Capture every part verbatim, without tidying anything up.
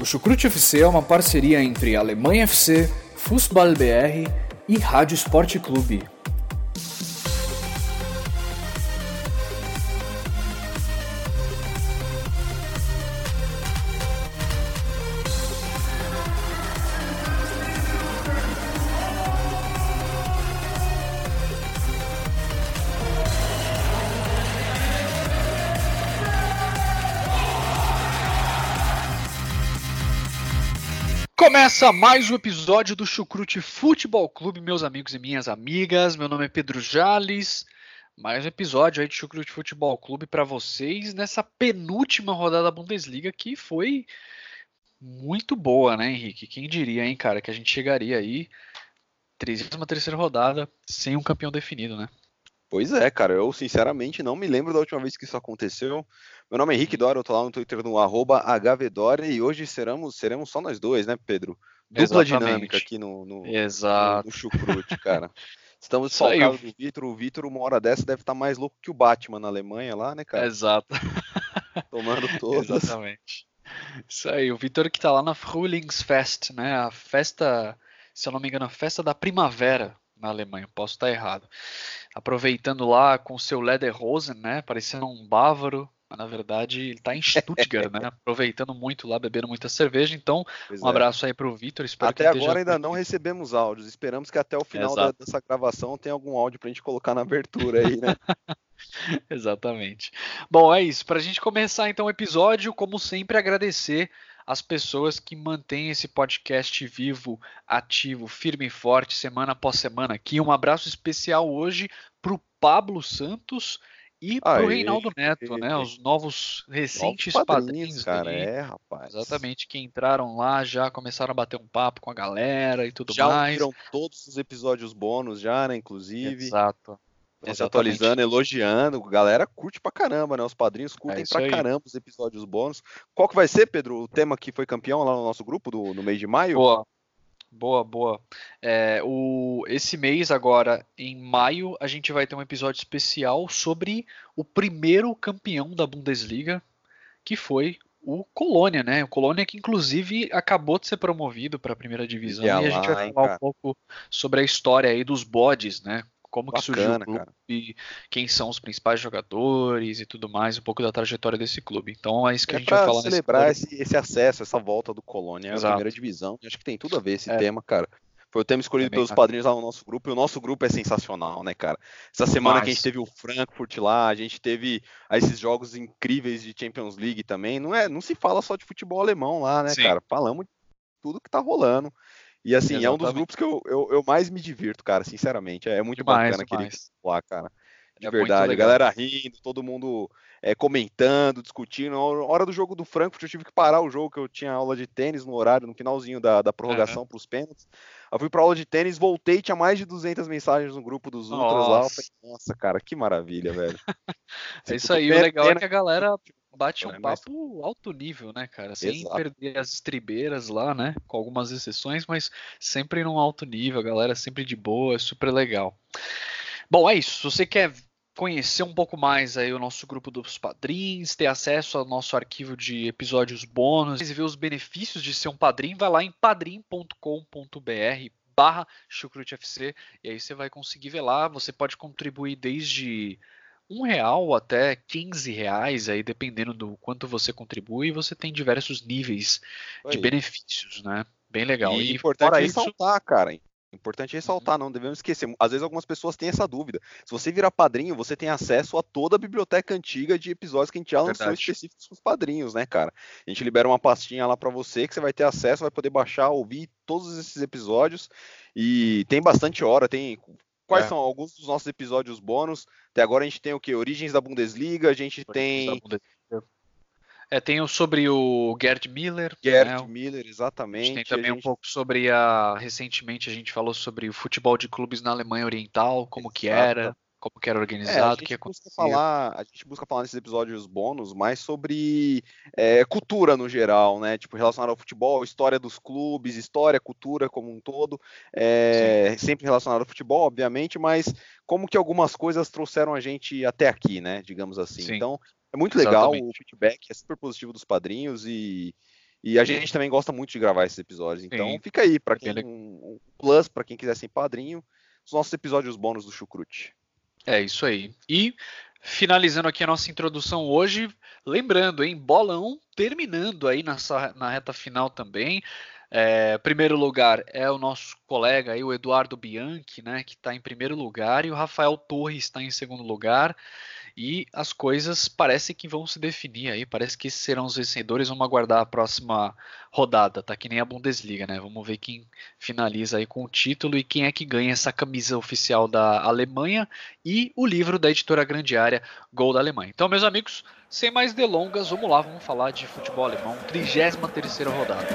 O Chucrute F C é uma parceria entre Alemanha F C, Fußball B R e Rádio Sport Clube. Começa mais um episódio do Chucrute Futebol Clube, meus amigos e minhas amigas. Meu nome é Pedro Jales. Mais um episódio aí de Chucrute Futebol Clube para vocês nessa penúltima rodada da Bundesliga, que foi muito boa, né, Henrique? Quem diria, hein, cara, que a gente chegaria aí trigésima terceira rodada sem um campeão definido, né? Pois é, cara, eu sinceramente não me lembro da última vez que isso aconteceu. Meu nome é Henrique Dória, eu tô lá no Twitter no arroba hvdória e hoje seremos, seremos só nós dois, né, Pedro? Dupla Exatamente. dinâmica aqui no, no, Exato. no, no Chucrute, cara. Estamos Isso aí, desfalcados do Vitor, o Vitor uma hora dessa deve estar mais louco que o Batman na Alemanha lá, né, cara? Exato. Tomando todas. Exatamente. Isso aí, o Vitor que tá lá na Frühlingsfest, né, a festa, se eu não me engano, a festa da primavera na Alemanha, posso estar errado. Aproveitando lá com o seu Lederhosen, né, parecendo um bávaro, mas na verdade ele tá em Stuttgart, né, aproveitando muito lá, bebendo muita cerveja. Então, Pois um é. abraço aí pro Vitor, espero Até que ele agora esteja... ainda não recebemos áudios, esperamos que até o final da, Exato. dessa gravação tenha algum áudio pra gente colocar na abertura aí, né? Exatamente. Bom, é isso. Para a gente começar então o episódio, como sempre, agradecer as pessoas que mantêm esse podcast vivo, ativo, firme e forte, semana após semana aqui. Um abraço especial hoje para o Pablo Santos e para o Reinaldo Neto, né? Os novos recentes Novos padrinhos, padrinhos, cara, aí. é, rapaz. Exatamente, que entraram lá, já começaram a bater um papo com a galera e tudo já mais. Já ouviram todos os episódios bônus já, né, inclusive. Exato. Se atualizando, elogiando, galera curte pra caramba, né? Os padrinhos curtem é pra aí. caramba os episódios bônus. Qual que vai ser, Pedro, o tema que foi campeão lá no nosso grupo do, no mês de maio? Boa, boa, boa. É, o, esse mês agora, em maio, a gente vai ter um episódio especial sobre o primeiro campeão da Bundesliga, que foi o Colônia, né? O Colônia que inclusive acabou de ser promovido para a primeira divisão, e, e a gente vai falar hein, um pouco sobre a história aí dos bodes, né? Como que Bacana, surgiu o clube, cara. Quem são os principais jogadores e tudo mais, um pouco da trajetória desse clube. Então é isso que é a gente vai falar nesse celebrar esse, esse acesso, essa volta do Colônia à primeira divisão. Acho que tem tudo a ver esse é. tema, cara. Foi o tema escolhido Também, pelos cara. padrinhos lá no nosso grupo, e o nosso grupo é sensacional, né, cara? Essa semana Mas... que a gente teve o Frankfurt lá, a gente teve esses jogos incríveis de Champions League também. Não, é, não se fala só de futebol alemão lá, né, Sim. cara? Falamos de tudo que tá rolando. E assim, Exatamente. é um dos grupos que eu, eu, eu mais me divirto, cara, sinceramente. É muito demais, bacana aquele grupo lá, cara. De é verdade, a galera rindo, todo mundo é, comentando, discutindo. Na hora do jogo do Frankfurt, eu tive que parar o jogo, que eu tinha aula de tênis no horário, no finalzinho da, da prorrogação uhum. para os pênaltis. Eu fui pra aula de tênis, voltei, tinha mais de duzentas mensagens no grupo dos Ultras nossa. lá. Eu falei, nossa, cara, que maravilha, velho. É isso aí, o legal é que a galera bate um papo alto nível, né, cara? Sem Exato. perder as estribeiras lá, né? Com algumas exceções, mas sempre num alto nível, a galera sempre de boa, é super legal. Bom, é isso. Se você quer conhecer um pouco mais aí o nosso grupo dos padrinhos, ter acesso ao nosso arquivo de episódios bônus e ver os benefícios de ser um padrinho, vai lá em padrim ponto com ponto b r barra chucrute F C e aí você vai conseguir ver lá. Você pode contribuir desde um real até quinze reais, aí dependendo do quanto você contribui, você tem diversos níveis Oi. de benefícios, né? Bem legal. E, e importante ressaltar, isso... cara, importante ressaltar, não devemos esquecer. Às vezes algumas pessoas têm essa dúvida. Se você virar padrinho, você tem acesso a toda a biblioteca antiga de episódios que a gente já lançou Verdade. específicos para os padrinhos, né, cara? A gente libera uma pastinha lá para você que você vai ter acesso, vai poder baixar, ouvir todos esses episódios. E tem bastante hora, tem... Quais é. são alguns dos nossos episódios bônus? Até agora a gente tem o quê? Origens da Bundesliga, a gente Origens tem... É, tem o sobre o Gerd Müller. Gerd né? Müller, exatamente. A gente tem também a gente... um pouco sobre a... Recentemente a gente falou sobre o futebol de clubes na Alemanha Oriental, como Exato. que era, como que era organizado, o é, que acontecia. Falar, a gente busca falar nesses episódios bônus mais sobre é, cultura no geral, né? Tipo, relacionado ao futebol, história dos clubes, história, cultura como um todo. É, sempre relacionado ao futebol, obviamente, mas como que algumas coisas trouxeram a gente até aqui, né? Digamos assim. Sim. Então, é muito legal, Exatamente. o feedback é super positivo dos padrinhos e, E a gente também gosta muito de gravar esses episódios. Então Sim. fica aí, para quem um, um plus, para quem quiser ser padrinho, os nossos episódios bônus do Chucrute. É isso aí. E finalizando aqui a nossa introdução hoje, lembrando, hein, bolão terminando aí nessa, na reta final também. É, primeiro lugar é o nosso colega aí, o Eduardo Bianchi, né, que está em primeiro lugar, e o Rafael Torres está em segundo lugar. E as coisas parecem que vão se definir aí, parece que esses serão os vencedores. Vamos aguardar a próxima rodada, tá que nem a Bundesliga, né? Vamos ver quem finaliza aí com o título e quem é que ganha essa camisa oficial da Alemanha e o livro da editora Grande Área, Gol da Alemanha. Então, meus amigos, sem mais delongas, vamos lá, vamos falar de futebol alemão, trigésima terceira rodada.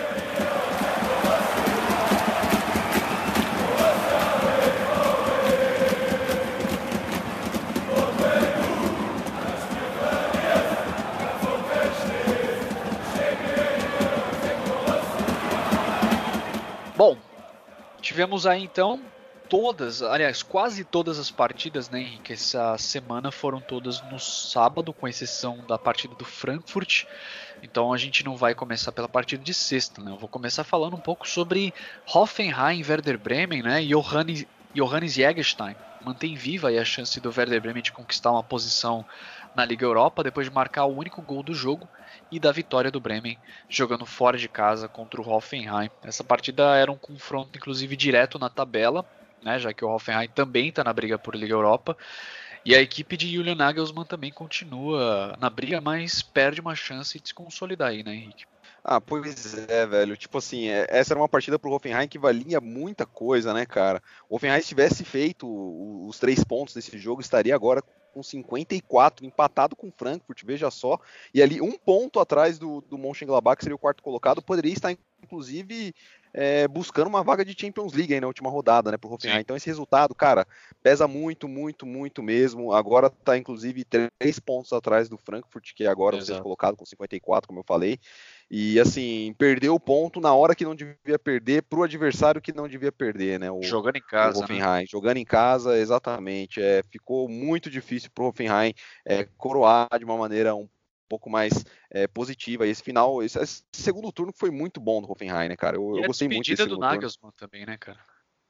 Bom, tivemos aí então todas, aliás, quase todas as partidas, né, Henrique? Essa semana foram todas no sábado, com exceção da partida do Frankfurt. Então a gente não vai começar pela partida de sexta, né? Eu vou começar falando um pouco sobre Hoffenheim, Werder Bremen, né? E Johannes, Johannes Jägerstein mantém viva aí a chance do Werder Bremen de conquistar uma posição na Liga Europa, depois de marcar o único gol do jogo e da vitória do Bremen, jogando fora de casa contra o Hoffenheim. Essa partida era um confronto, inclusive, direto na tabela, né, já que o Hoffenheim também está na briga por Liga Europa, e a equipe de Julian Nagelsmann também continua na briga, mas perde uma chance de se consolidar aí, né, Henrique? Ah, pois é, velho. Tipo assim, essa era uma partida pro Hoffenheim que valia muita coisa, né, cara? O Hoffenheim, se tivesse feito os três pontos desse jogo, estaria agora com cinquenta e quatro, empatado com o Frankfurt, veja só. E ali um ponto atrás do, do Mönchengladbach, que seria o quarto colocado, poderia estar, inclusive, é, buscando uma vaga de Champions League aí na última rodada, né, pro Hoffenheim. Sim. Então esse resultado, cara, pesa muito, muito, muito mesmo. Agora tá, inclusive, três pontos atrás do Frankfurt, que é agora o sexto colocado com cinquenta e quatro, como eu falei. E, assim, perdeu o ponto na hora que não devia perder, pro adversário que não devia perder, né? O, jogando em casa, o Hoffenheim. Né? Jogando em casa, exatamente. É, ficou muito difícil pro Hoffenheim é, coroar de uma maneira um pouco mais é, positiva. E esse final, esse, esse segundo turno foi muito bom do Hoffenheim, né, cara? Eu, eu gostei muito desse segundo turno. E a despedida do Nagelsmann também, né, cara?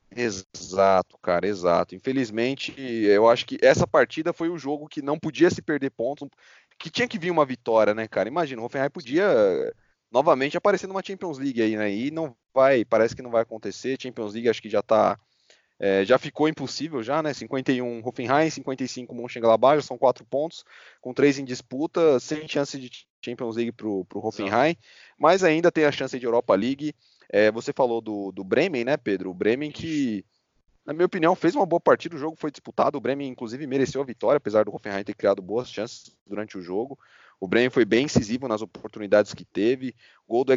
Exato, cara, exato. Infelizmente, eu acho que essa partida foi o jogo que não podia se perder pontos, que tinha que vir uma vitória, né, cara? Imagina, o Hoffenheim podia novamente aparecer numa Champions League aí, né? E não vai, parece que não vai acontecer. Champions League acho que já tá, é, já ficou impossível já, né? cinquenta e um Hoffenheim, cinquenta e cinco Mönchengladbach, já são quatro pontos, com três em disputa, sem chance de Champions League pro, pro Hoffenheim, mas ainda tem a chance de Europa League. É, você falou do, do Bremen, né, Pedro? O Bremen que, na minha opinião, fez uma boa partida, o jogo foi disputado, o Bremen inclusive mereceu a vitória, apesar do Hoffenheim ter criado boas chances durante o jogo. O Bremen foi bem incisivo nas oportunidades que teve. O gol do,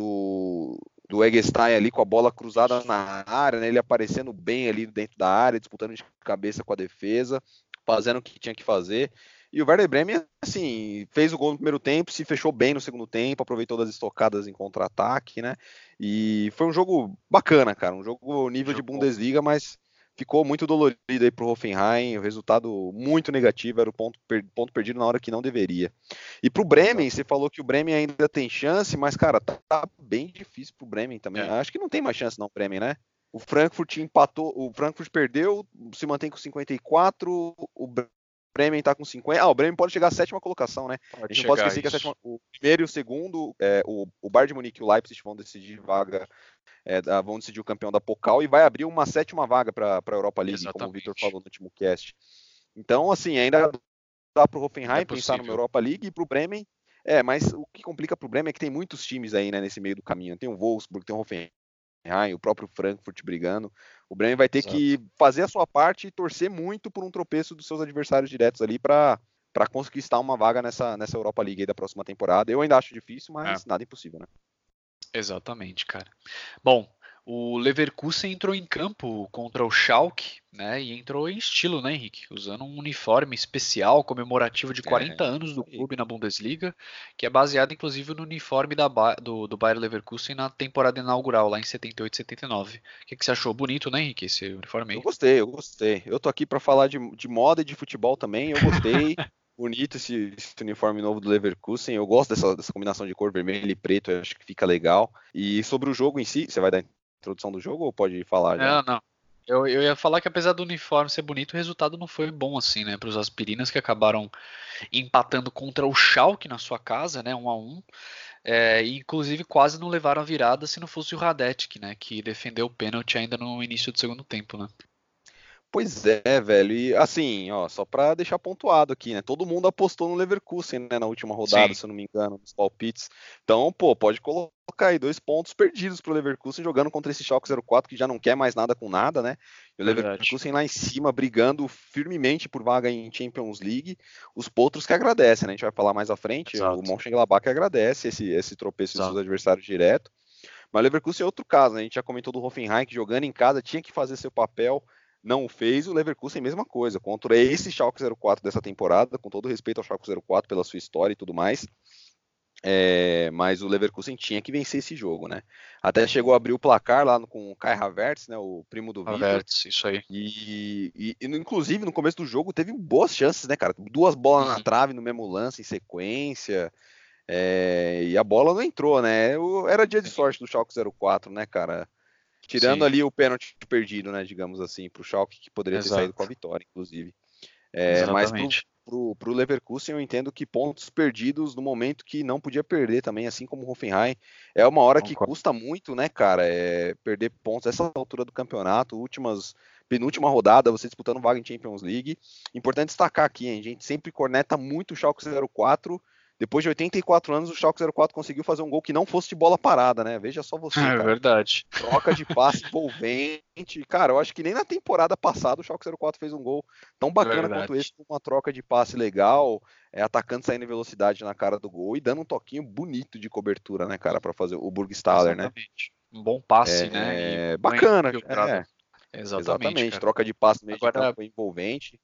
do, do Eggestein ali com a bola cruzada na área, né? Ele aparecendo bem ali dentro da área, disputando de cabeça com a defesa, fazendo o que tinha que fazer. E o Werder Bremen, assim, fez o gol no primeiro tempo, se fechou bem no segundo tempo, aproveitou das estocadas em contra-ataque, né? E foi um jogo bacana, cara. Um jogo nível de Bundesliga, mas ficou muito dolorido aí pro Hoffenheim, o resultado muito negativo, era o ponto, per, ponto perdido na hora que não deveria. E pro Bremen, você falou que o Bremen ainda tem chance, mas, cara, tá, tá bem difícil pro Bremen também. É. Acho que não tem mais chance não, Bremen, né? O Frankfurt empatou, o Frankfurt perdeu, se mantém com cinquenta e quatro, o Bremen tá com cinquenta. Ah, o Bremen pode chegar à sétima colocação, né? Pode a gente não pode esquecer isso. que a sétima, o primeiro e o segundo, é, o, o Bayern de Munique e o Leipzig vão decidir vaga, é, vão decidir o campeão da Pokal e vai abrir uma sétima vaga para a Europa League, Exatamente. Como o Victor falou no último cast. Então, assim, ainda dá pro Hoffenheim é pensar numa Europa League e pro Bremen. É, mas o que complica pro Bremen é que tem muitos times aí, né, nesse meio do caminho. Tem o Wolfsburg, tem o Hoffenheim, o próprio Frankfurt brigando. O Bremen vai ter Exato. que fazer a sua parte e torcer muito por um tropeço dos seus adversários diretos ali para para conquistar uma vaga nessa, nessa Europa League aí da próxima temporada. Eu ainda acho difícil, mas é. nada impossível, né? Exatamente, cara. Bom, o Leverkusen entrou em campo contra o Schalke, né, e entrou em estilo, né, Henrique? Usando um uniforme especial, comemorativo de quarenta é, anos do clube na Bundesliga, que é baseado, inclusive, no uniforme da, do, do Bayer Leverkusen na temporada inaugural, lá em setenta e oito, setenta e nove. O que, que você achou? Bonito, né, Henrique, esse uniforme aí? Eu gostei, eu gostei. Eu tô aqui para falar de, de moda e de futebol também, eu gostei. bonito esse, esse uniforme novo do Leverkusen. Eu gosto dessa, dessa combinação de cor vermelho e preto, eu acho que fica legal. E sobre o jogo em si, você vai dar a introdução do jogo ou pode falar já? Não, não. Eu, eu ia falar que apesar do uniforme ser bonito, o resultado não foi bom assim, né? Para os aspirinas que acabaram empatando contra o Schalke na sua casa, né? Um a um. É, e inclusive quase não levaram a virada se não fosse o Radetic, né? Que defendeu o pênalti ainda no início do segundo tempo, né? Pois é, velho. E assim, ó, só pra deixar pontuado aqui, né? Todo mundo apostou no Leverkusen, né, na última rodada, Sim. se eu não me engano, nos palpites. Então, pô, pode colocar aí dois pontos perdidos pro Leverkusen jogando contra esse Schalke zero quatro que já não quer mais nada com nada, né? E o Verdade. Leverkusen lá em cima brigando firmemente por vaga em Champions League. Os potros que agradecem, né? A gente vai falar mais à frente. Exato. O Mönchengladbach que agradece esse, esse tropeço dos seus adversários direto. Mas o Leverkusen é outro caso, né? A gente já comentou do Hoffenheim que jogando em casa tinha que fazer seu papel. Não o fez, o Leverkusen mesma coisa, contra esse Schalke zero quatro dessa temporada, com todo respeito ao Schalke zero quatro pela sua história e tudo mais, é, mas o Leverkusen tinha que vencer esse jogo, né? Até chegou a abrir o placar lá no, com o Kai Havertz, né, o primo do Vitor. Havertz, isso aí. E, e, e, inclusive, no começo do jogo, teve boas chances, né, cara? Duas bolas uhum. na trave no mesmo lance, em sequência, é, e a bola não entrou, né? Era dia de sorte do Schalke zero quatro, né, cara? Tirando Sim. ali o pênalti perdido, né, digamos assim, pro Schalke, que poderia Exato. ter saído com a vitória, inclusive. É, mas pro, pro, pro Leverkusen eu entendo que pontos perdidos no momento que não podia perder também, assim como o Hoffenheim. É uma hora que custa muito, né, cara, é, perder pontos essa altura do campeonato, últimas, penúltima rodada, você disputando vaga em Champions League. Importante destacar aqui, hein, a gente sempre corneta muito o Schalke zero quatro. Depois de oitenta e quatro anos, o Schalke zero quatro conseguiu fazer um gol que não fosse de bola parada, né? Veja só você, cara. É verdade. Troca de passe envolvente. Cara, eu acho que nem na temporada passada o Schalke zero quatro fez um gol tão bacana é quanto esse, com uma troca de passe legal, é, atacando saindo em velocidade na cara do gol e dando um toquinho bonito de cobertura, né, cara, para fazer o Burgstaller, né? Um bom passe, é, né? É bacana. É. Exatamente. Exatamente. Troca de passe meio Agora... de campo envolvente.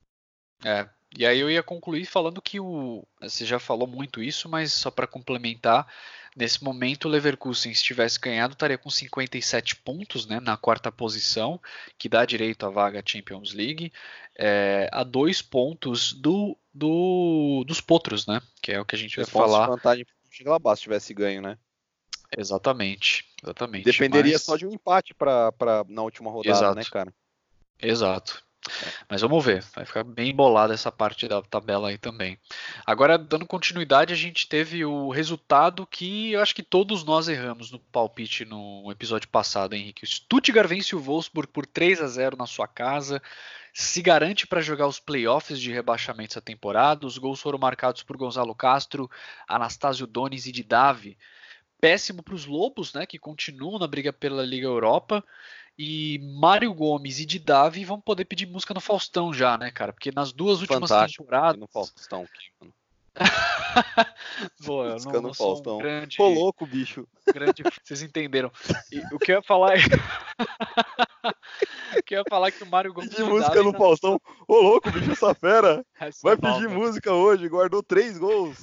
É. E aí eu ia concluir falando que o você já falou muito isso, mas só para complementar, nesse momento o Leverkusen, se tivesse ganhado, estaria com cinquenta e sete pontos, né, na quarta posição, que dá direito à vaga Champions League, é, a dois pontos do, do dos potros, né, que é o que a gente vai falar. De vantagem se tivesse ganho, né? Exatamente, exatamente. Dependeria mas... só de um empate para na última rodada, Exato. né, cara? Exato. Mas vamos ver, vai ficar bem embolada essa parte da tabela aí também. Agora, dando continuidade, a gente teve o resultado que eu acho que todos nós erramos no palpite no episódio passado, Henrique. O Stuttgart vence o Wolfsburg por três a zero na sua casa, se garante para jogar os playoffs de rebaixamento essa temporada. Os gols foram marcados por Gonzalo Castro, Anastácio Donis e Didavi. Péssimo para os Lobos, né, que continuam na briga pela Liga Europa. E Mário Gomes e Didavi vão poder pedir música no Faustão já, né, cara? Porque nas duas últimas Fantástico, temporadas... no Faustão aqui, mano. Boa, eu não, não sou um grande... Pô, louco, bicho. Grande... Vocês entenderam. E o que eu ia falar é... o que eu ia falar é que o Mário Gomes... Pedir música no não... Faustão. Ô, louco, bicho, essa fera. Essa vai é mal, pedir né? música hoje, guardou três gols.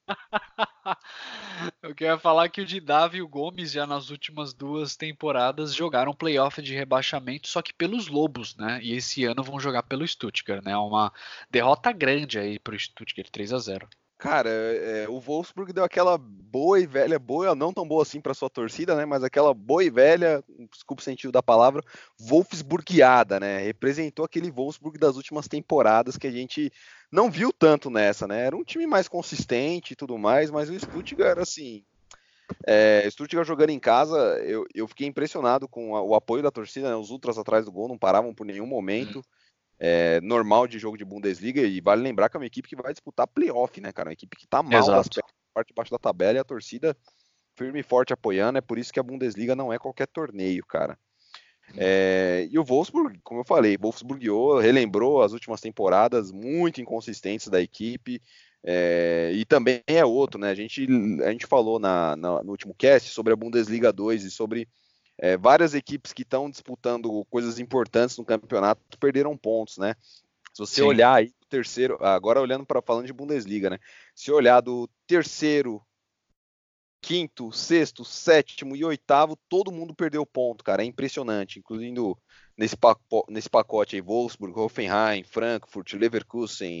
Eu queria falar que o Didavi e o Gomes já nas últimas duas temporadas jogaram playoff de rebaixamento, só que pelos Lobos, né? E esse ano vão jogar pelo Stuttgart, né? Uma derrota grande aí pro Stuttgart, três a zero. Cara, é, o Wolfsburg deu aquela boa e velha, boa, não tão boa assim para sua torcida, né? Mas aquela boa e velha, desculpa o sentido da palavra, Wolfsburgiada, né? Representou aquele Wolfsburg das últimas temporadas que a gente não viu tanto nessa, né? Era um time mais consistente e tudo mais, mas o Stuttgart, assim, é, Stuttgart jogando em casa, eu, eu fiquei impressionado com a, o apoio da torcida, né? Os ultras atrás do gol não paravam por nenhum momento. Hum. É, normal de jogo de Bundesliga, e vale lembrar que é uma equipe que vai disputar playoff, né, cara? Uma equipe que tá mal das pernas, parte de baixo da tabela, e a torcida firme e forte apoiando, é por isso que a Bundesliga não é qualquer torneio, cara. É, e o Wolfsburg, como eu falei, Wolfsburgiou, relembrou as últimas temporadas muito inconsistentes da equipe, é, e também é outro, né? A gente, a gente falou na, na, no último cast sobre a Bundesliga dois e sobre É, várias equipes que estão disputando coisas importantes no campeonato perderam pontos, né? Se você Sim. olhar aí o terceiro, agora olhando para falando de Bundesliga, né? Se olhar do terceiro, quinto, sexto, sétimo e oitavo, todo mundo perdeu ponto, cara. É impressionante, incluindo nesse, paco, nesse pacote aí, Wolfsburg, Hoffenheim, Frankfurt, Leverkusen,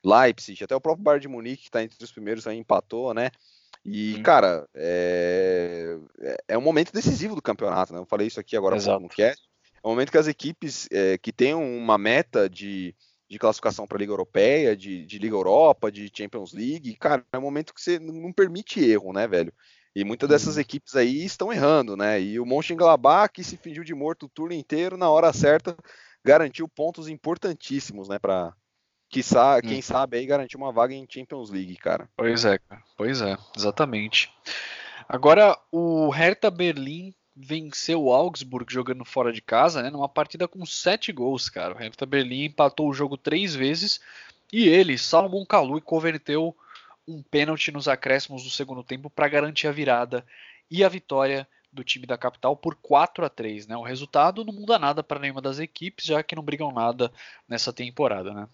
Leipzig, até o próprio Bayern de Munique, que está entre os primeiros, aí empatou, né? E, hum. cara, é... é um momento decisivo do campeonato, né? Eu falei isso aqui agora há pouco no cast. É um momento que as equipes é, que têm uma meta de, de classificação para a Liga Europeia, de, de Liga Europa, de Champions League, cara, é um momento que você não permite erro, né, velho? E muitas dessas uhum. equipes aí estão errando, né? E o Mönchengladbach, que se fingiu de morto o turno inteiro, na hora certa, garantiu pontos importantíssimos, né, para que sa- quem hum. sabe aí garantir uma vaga em Champions League, cara. Pois é, cara. Pois é, exatamente. Agora, o Hertha Berlim venceu o Augsburg jogando fora de casa, né, numa partida com sete gols, cara. O Hertha Berlim empatou o jogo três vezes e ele, Salomon Kalou, converteu um pênalti nos acréscimos do segundo tempo para garantir a virada e a vitória do time da capital por quatro a três, né? O resultado não muda nada para nenhuma das equipes, já que não brigam nada nessa temporada, né?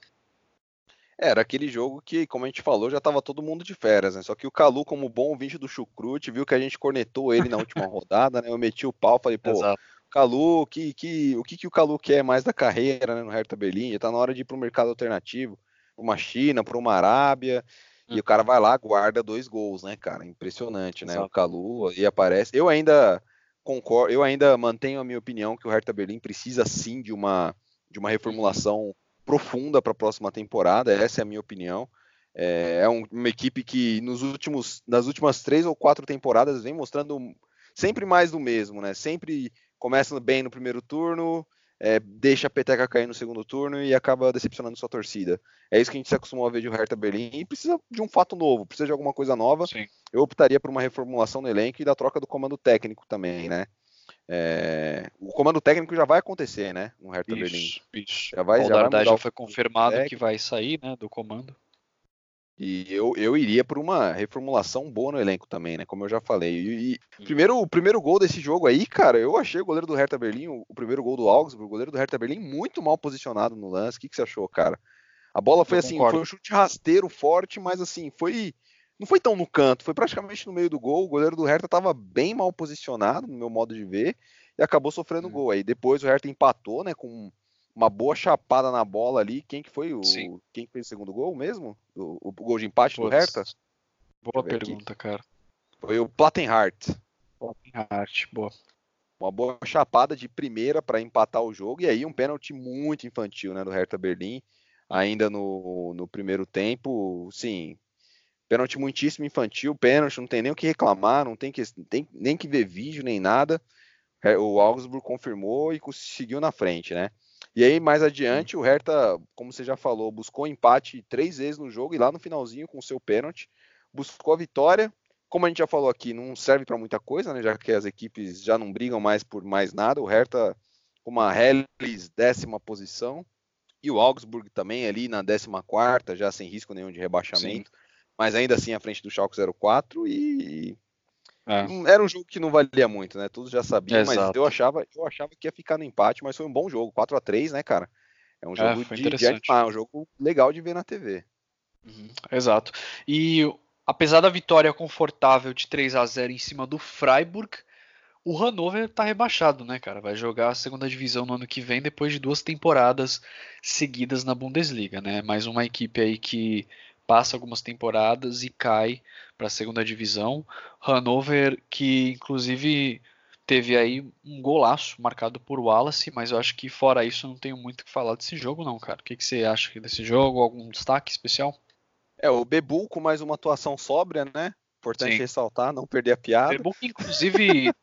Era aquele jogo que, como a gente falou, já estava todo mundo de férias, né? Só que o Kalou, como bom ouvinte do Chucrute, viu que a gente cornetou ele na última rodada, né? Eu meti o pau, falei, pô, Exato. Kalou, que, que, o que, que o Kalou quer mais da carreira, né, no Hertha Berlim? Já tá na hora de ir para o mercado alternativo, para uma China, para uma Arábia, uhum. e o cara vai lá, guarda dois gols, né, cara? Impressionante, Exato. né? O Kalou e aparece. Eu ainda concordo, eu ainda mantenho a minha opinião que o Hertha Berlim precisa sim de uma, de uma reformulação uhum. profunda para a próxima temporada, essa é a minha opinião. É, é um, uma equipe que nos últimos, nas últimas três ou quatro temporadas vem mostrando sempre mais do mesmo, né? Sempre começa bem no primeiro turno, é, deixa a peteca cair no segundo turno e acaba decepcionando sua torcida. É isso que a gente se acostumou a ver de Hertha Berlim e precisa de um fato novo, precisa de alguma coisa nova. Sim. Eu optaria por uma reformulação no elenco e da troca do comando técnico também, né? É, o comando técnico já vai acontecer, né? No Hertha isso, Berlim. Isso. Já vai, o já vai mudar. Já foi confirmado que vai sair, né, do comando. E eu, eu iria por uma reformulação boa no elenco também, né? Como eu já falei. E, e primeiro, o primeiro gol desse jogo aí, cara, eu achei o goleiro do Hertha Berlim, o, o primeiro gol do Augsburg, o goleiro do Hertha Berlim, muito mal posicionado no lance. O que, que você achou, cara? A bola foi eu assim, concordo. Foi um chute rasteiro forte, mas assim, foi. Não foi tão no canto, foi praticamente no meio do gol. O goleiro do Hertha estava bem mal posicionado, no meu modo de ver, e acabou sofrendo hum. gol. Aí depois o Hertha empatou, né, com uma boa chapada na bola ali. Quem que foi o Sim. quem que fez o segundo gol mesmo? O, o gol de empate Putz, do Hertha? Boa pergunta, aqui. cara. Foi o Plattenhardt. Plattenhardt, boa. Uma boa chapada de primeira para empatar o jogo e aí um pênalti muito infantil, né, do Hertha Berlim, ainda no, no primeiro tempo, sim. Pênalti muitíssimo infantil, pênalti, não tem nem o que reclamar, não tem, que, tem nem que ver vídeo nem nada. O Augsburg confirmou e conseguiu na frente, né? E aí, mais adiante, o Hertha, como você já falou, buscou empate três vezes no jogo e lá no finalzinho, com o seu pênalti, buscou a vitória. Como a gente já falou aqui, não serve para muita coisa, né? Já que as equipes já não brigam mais por mais nada. O Hertha com uma Hellis décima posição e o Augsburg também ali na décima quarta, já sem risco nenhum de rebaixamento. Sim. Mas ainda assim à frente do Schalke zero quatro e é. era um jogo que não valia muito, né? Todos já sabiam, Exato. mas eu achava, eu achava que ia ficar no empate, mas foi um bom jogo, quatro a três, né, cara? É um jogo é, de, de animar, é um jogo legal de ver na T V. Uhum, exato. E apesar da vitória confortável de três a zero em cima do Freiburg, o Hannover tá rebaixado, né, cara? Vai jogar a segunda divisão no ano que vem, depois de duas temporadas seguidas na Bundesliga, né? Mais uma equipe aí que passa algumas temporadas e cai para a segunda divisão. Hannover, que inclusive teve aí um golaço marcado por Wallace, mas eu acho que fora isso eu não tenho muito o que falar desse jogo não, cara. O que, que você acha desse jogo? Algum destaque especial? É, o Bebu com mais uma atuação sóbria, né? Importante Sim. ressaltar, não perder a piada. Bebu que inclusive,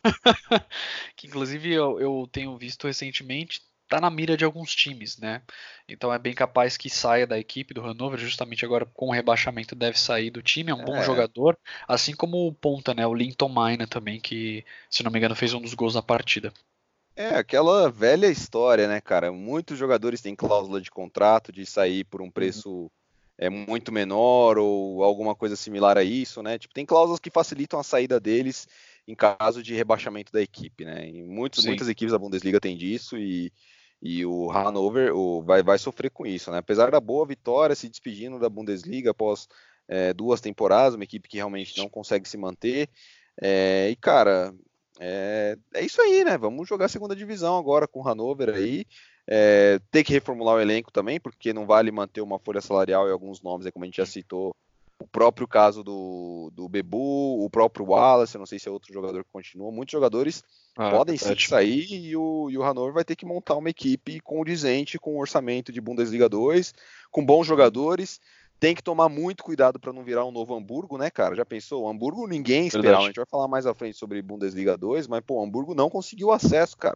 que inclusive eu, eu tenho visto recentemente, tá na mira de alguns times, né? Então é bem capaz que saia da equipe do Hannover, justamente agora com o rebaixamento deve sair do time, é um é. bom jogador, assim como o ponta, né? O Linton Maina também, que se não me engano fez um dos gols na partida. É, aquela velha história, né, cara? Muitos jogadores têm cláusula de contrato de sair por um preço uhum. é, muito menor ou alguma coisa similar a isso, né? Tipo, tem cláusulas que facilitam a saída deles em caso de rebaixamento da equipe, né? E muitos, muitas equipes da Bundesliga têm disso e, e o Hannover o, vai, vai sofrer com isso, né? Apesar da boa vitória, se despedindo da Bundesliga após é, duas temporadas, uma equipe que realmente não consegue se manter. É, e, cara, é, é isso aí, né? Vamos jogar a segunda divisão agora com o Hannover aí. é, ter que reformular o elenco também, porque não vale manter uma folha salarial e alguns nomes, aí, como a gente já citou, o próprio caso do, do Bebu, o próprio Wallace, eu não sei se é outro jogador que continua, muitos jogadores ah, podem sim sair e o, e o Hannover vai ter que montar uma equipe condizente com o orçamento de Bundesliga dois, com bons jogadores. Tem que tomar muito cuidado para não virar um novo Hamburgo, né, cara? Já pensou? O Hamburgo ninguém esperava. A gente vai falar mais à frente sobre Bundesliga dois, mas, pô, o Hamburgo não conseguiu acesso, cara.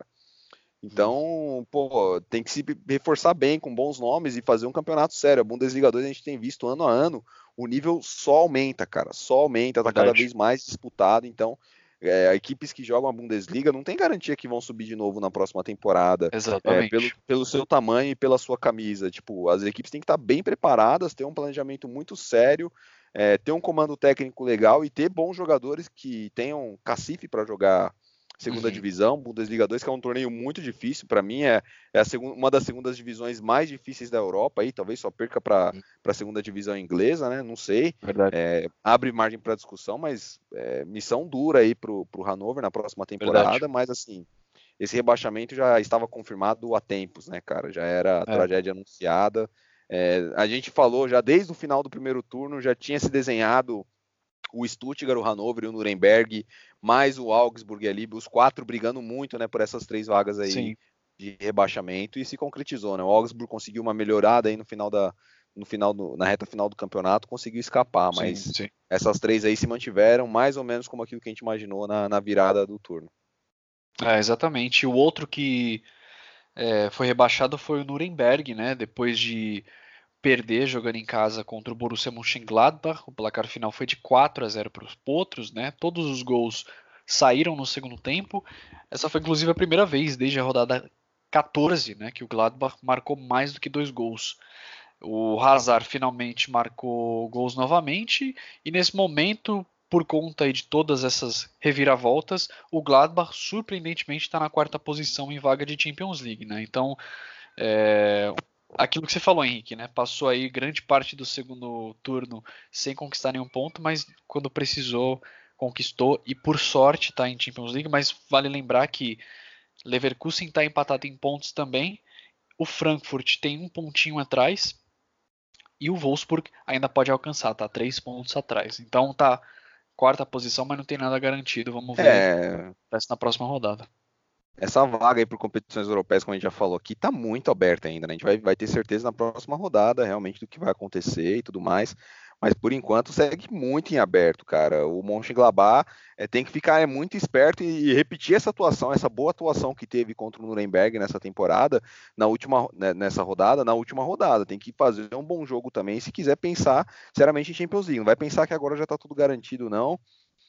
Então, pô, tem que se reforçar bem com bons nomes e fazer um campeonato sério. A Bundesliga dois a gente tem visto ano a ano, o nível só aumenta, cara. Só aumenta, tá cada vez mais disputado. Então, é, equipes que jogam a Bundesliga não tem garantia que vão subir de novo na próxima temporada. Exatamente. É, pelo, pelo seu tamanho e pela sua camisa. Tipo, as equipes têm que estar bem preparadas, ter um planejamento muito sério, é, ter um comando técnico legal e ter bons jogadores que tenham cacife para jogar segunda uhum. divisão. Bundesliga dois, que é um torneio muito difícil, para mim é, é a segunda, uma das segundas divisões mais difíceis da Europa, aí talvez só perca para uhum. a segunda divisão inglesa, né? Não sei. É, abre margem para discussão, mas é, missão dura aí pro, pro Hannover na próxima temporada. Verdade. Mas assim, esse rebaixamento já estava confirmado há tempos, né, cara? Já era é. tragédia anunciada. É, a gente falou já desde o final do primeiro turno, já tinha se desenhado o Stuttgart, o Hannover e o Nuremberg, mais o Augsburg ali, os quatro brigando muito, né, por essas três vagas aí Sim. de rebaixamento, e se concretizou, né? O Augsburg conseguiu uma melhorada aí no final da, no final do, na reta final do campeonato, conseguiu escapar, mas sim, sim. essas três aí se mantiveram mais ou menos como aquilo que a gente imaginou na, na virada do turno. É, exatamente. O outro que é, foi rebaixado foi o Nuremberg, né? Depois de perder jogando em casa contra o Borussia Mönchengladbach. O placar final foi de quatro a zero para os potros, né? Todos os gols saíram no segundo tempo. Essa foi inclusive a primeira vez desde a rodada quatorze, né, que o Gladbach marcou mais do que dois gols. O Hazard finalmente marcou gols novamente e nesse momento, por conta aí de todas essas reviravoltas, o Gladbach surpreendentemente está na quarta posição em vaga de Champions League, né? Então, é, aquilo que você falou, Henrique, né? Passou aí grande parte do segundo turno sem conquistar nenhum ponto, mas quando precisou, conquistou e por sorte está em Champions League. Mas vale lembrar que Leverkusen está empatado em pontos também, o Frankfurt tem um pontinho atrás e o Wolfsburg ainda pode alcançar, tá três pontos atrás. Então tá quarta posição, mas não tem nada garantido. Vamos ver é... na próxima rodada. Essa vaga aí por competições europeias, como a gente já falou aqui, tá muito aberta ainda, né? A gente vai, vai ter certeza na próxima rodada realmente do que vai acontecer e tudo mais, mas por enquanto segue muito em aberto, cara. O Mönchengladbach é, tem que ficar é, muito esperto e, e repetir essa atuação, essa boa atuação que teve contra o Nuremberg nessa temporada, na última, né, nessa rodada, na última rodada. Tem que fazer um bom jogo também se quiser pensar seriamente em Champions League. Não vai pensar que agora já tá tudo garantido, não.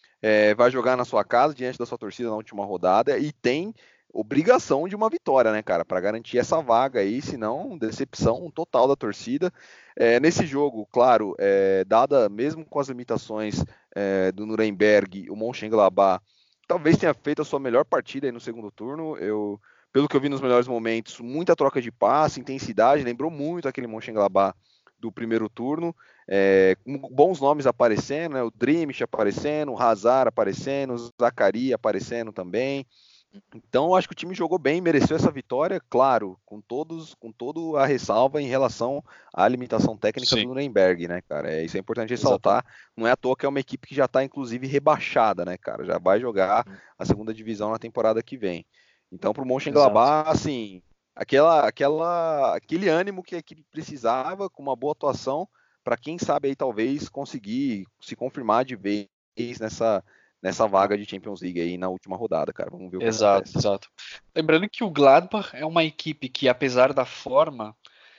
É, vai jogar na sua casa, diante da sua torcida na última rodada e tem obrigação de uma vitória, né, cara, para garantir essa vaga aí, senão decepção total da torcida. É, nesse jogo, claro, é, dada mesmo com as limitações é, do Nuremberg, o Mönchengladbach talvez tenha feito a sua melhor partida aí no segundo turno. Eu, pelo que eu vi nos melhores momentos, muita troca de passe, intensidade, lembrou muito aquele Mönchengladbach do primeiro turno, é, com bons nomes aparecendo, né, o Drimich aparecendo, o Hazard aparecendo, o Zakaria aparecendo também. Então, eu acho que o time jogou bem, mereceu essa vitória, claro, com todos, com todo a ressalva em relação à limitação técnica Sim. do Nuremberg, né, cara? É, isso é importante ressaltar. Exatamente. Não é à toa que é uma equipe que já está, inclusive, rebaixada, né, cara? Já vai jogar a segunda divisão na temporada que vem. Então, para o Mönchengladbach, assim, aquela, aquela, aquele ânimo que a equipe precisava, com uma boa atuação, para quem sabe aí talvez conseguir se confirmar de vez nessa nessa vaga de Champions League aí na última rodada, cara. Vamos ver o que exato, acontece. Exato. Lembrando que o Gladbach é uma equipe que, apesar da forma,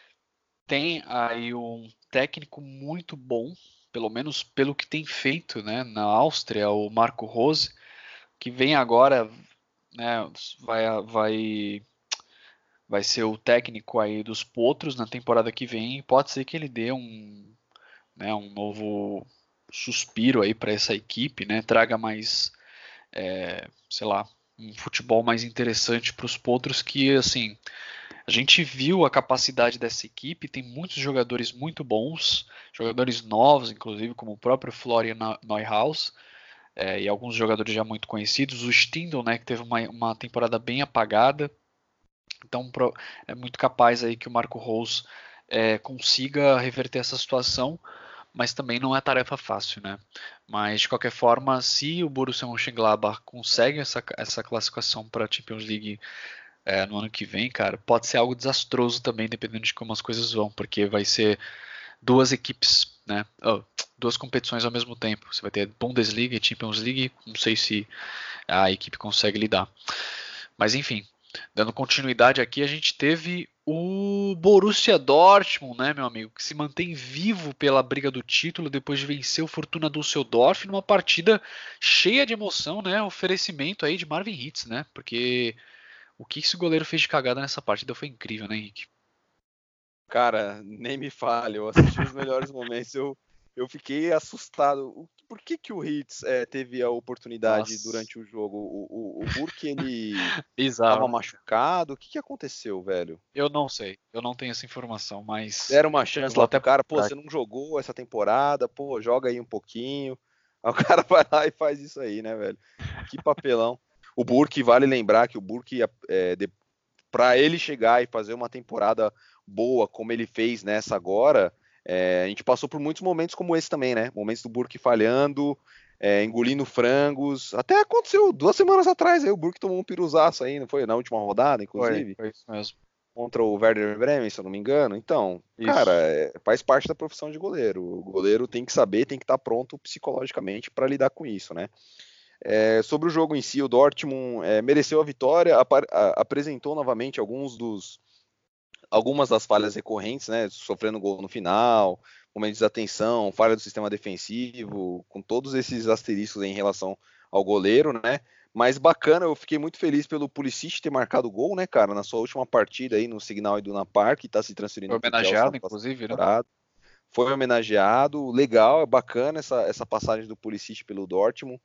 tem aí um técnico muito bom, pelo menos pelo que tem feito, né, na Áustria, o Marco Rose, que vem agora, né, vai, vai, vai ser o técnico aí dos Potros na temporada que vem. Pode ser que ele dê um, né, um novo suspiro aí para essa equipe, né? Traga mais, é, sei lá, um futebol mais interessante para os potros, que assim, a gente viu a capacidade dessa equipe, tem muitos jogadores muito bons, jogadores novos, inclusive, como o próprio Florian Neuhaus, é, e alguns jogadores já muito conhecidos, o Stindl, né, que teve uma, uma temporada bem apagada, Então é muito capaz aí que o Marco Rose é, consiga reverter essa situação, mas também não é tarefa fácil, né? Mas de qualquer forma, se o Borussia Mönchengladbach consegue essa, essa classificação para a Champions League é, no ano que vem, cara, pode ser algo desastroso também, dependendo de como as coisas vão, porque vai ser duas equipes, né? Oh, duas competições ao mesmo tempo. Você vai ter Bundesliga e Champions League, não sei se a equipe consegue lidar. Mas enfim, dando continuidade aqui, a gente teve o Borussia Dortmund, né, meu amigo, que se mantém vivo pela briga do título depois de vencer o Fortuna Düsseldorf numa partida cheia de emoção, né? Oferecimento aí de Marvin Hitz, né? Porque o que esse goleiro fez de cagada nessa partida foi incrível, né, Henrique? Cara, nem me fale, eu assisti os melhores momentos, eu, eu fiquei assustado. Por que que o Hitz é, teve a oportunidade Nossa. durante o jogo? O, o, o Burke, ele estava machucado? O que que aconteceu, velho? Eu não sei, eu não tenho essa informação, mas... Deram uma chance lá pro cara, pô, você não jogou essa temporada, pô, joga aí um pouquinho. Aí o cara vai lá e faz isso aí, né, velho? Que papelão. O Burke, vale lembrar que o Burke, é, de, pra ele chegar e fazer uma temporada boa como ele fez nessa agora, é, a gente passou por muitos momentos como esse também, né? Momentos do Burke falhando, é, engolindo frangos. Até aconteceu duas semanas atrás, aí o Burke tomou um piruzaço aí, não foi? Na última rodada, inclusive. Foi, foi isso mesmo. Contra o Werder Bremen, se eu não me engano. Então, isso. cara, é, faz parte da profissão de goleiro. O goleiro tem que saber, tem que estar pronto psicologicamente para lidar com isso, né? É, sobre o jogo em si, o Dortmund é, mereceu a vitória, a, a, apresentou novamente alguns dos algumas das falhas recorrentes, né, sofrendo gol no final, momento de desatenção, falha do sistema defensivo, com todos esses asteriscos em relação ao goleiro, né, mas bacana, eu fiquei muito feliz pelo Pulisic ter marcado o gol, né, cara, na sua última partida aí no Signal Iduna Park, que tá se transferindo. Foi homenageado, inclusive, né? Foi homenageado, legal, é bacana essa, essa passagem do Pulisic pelo Dortmund.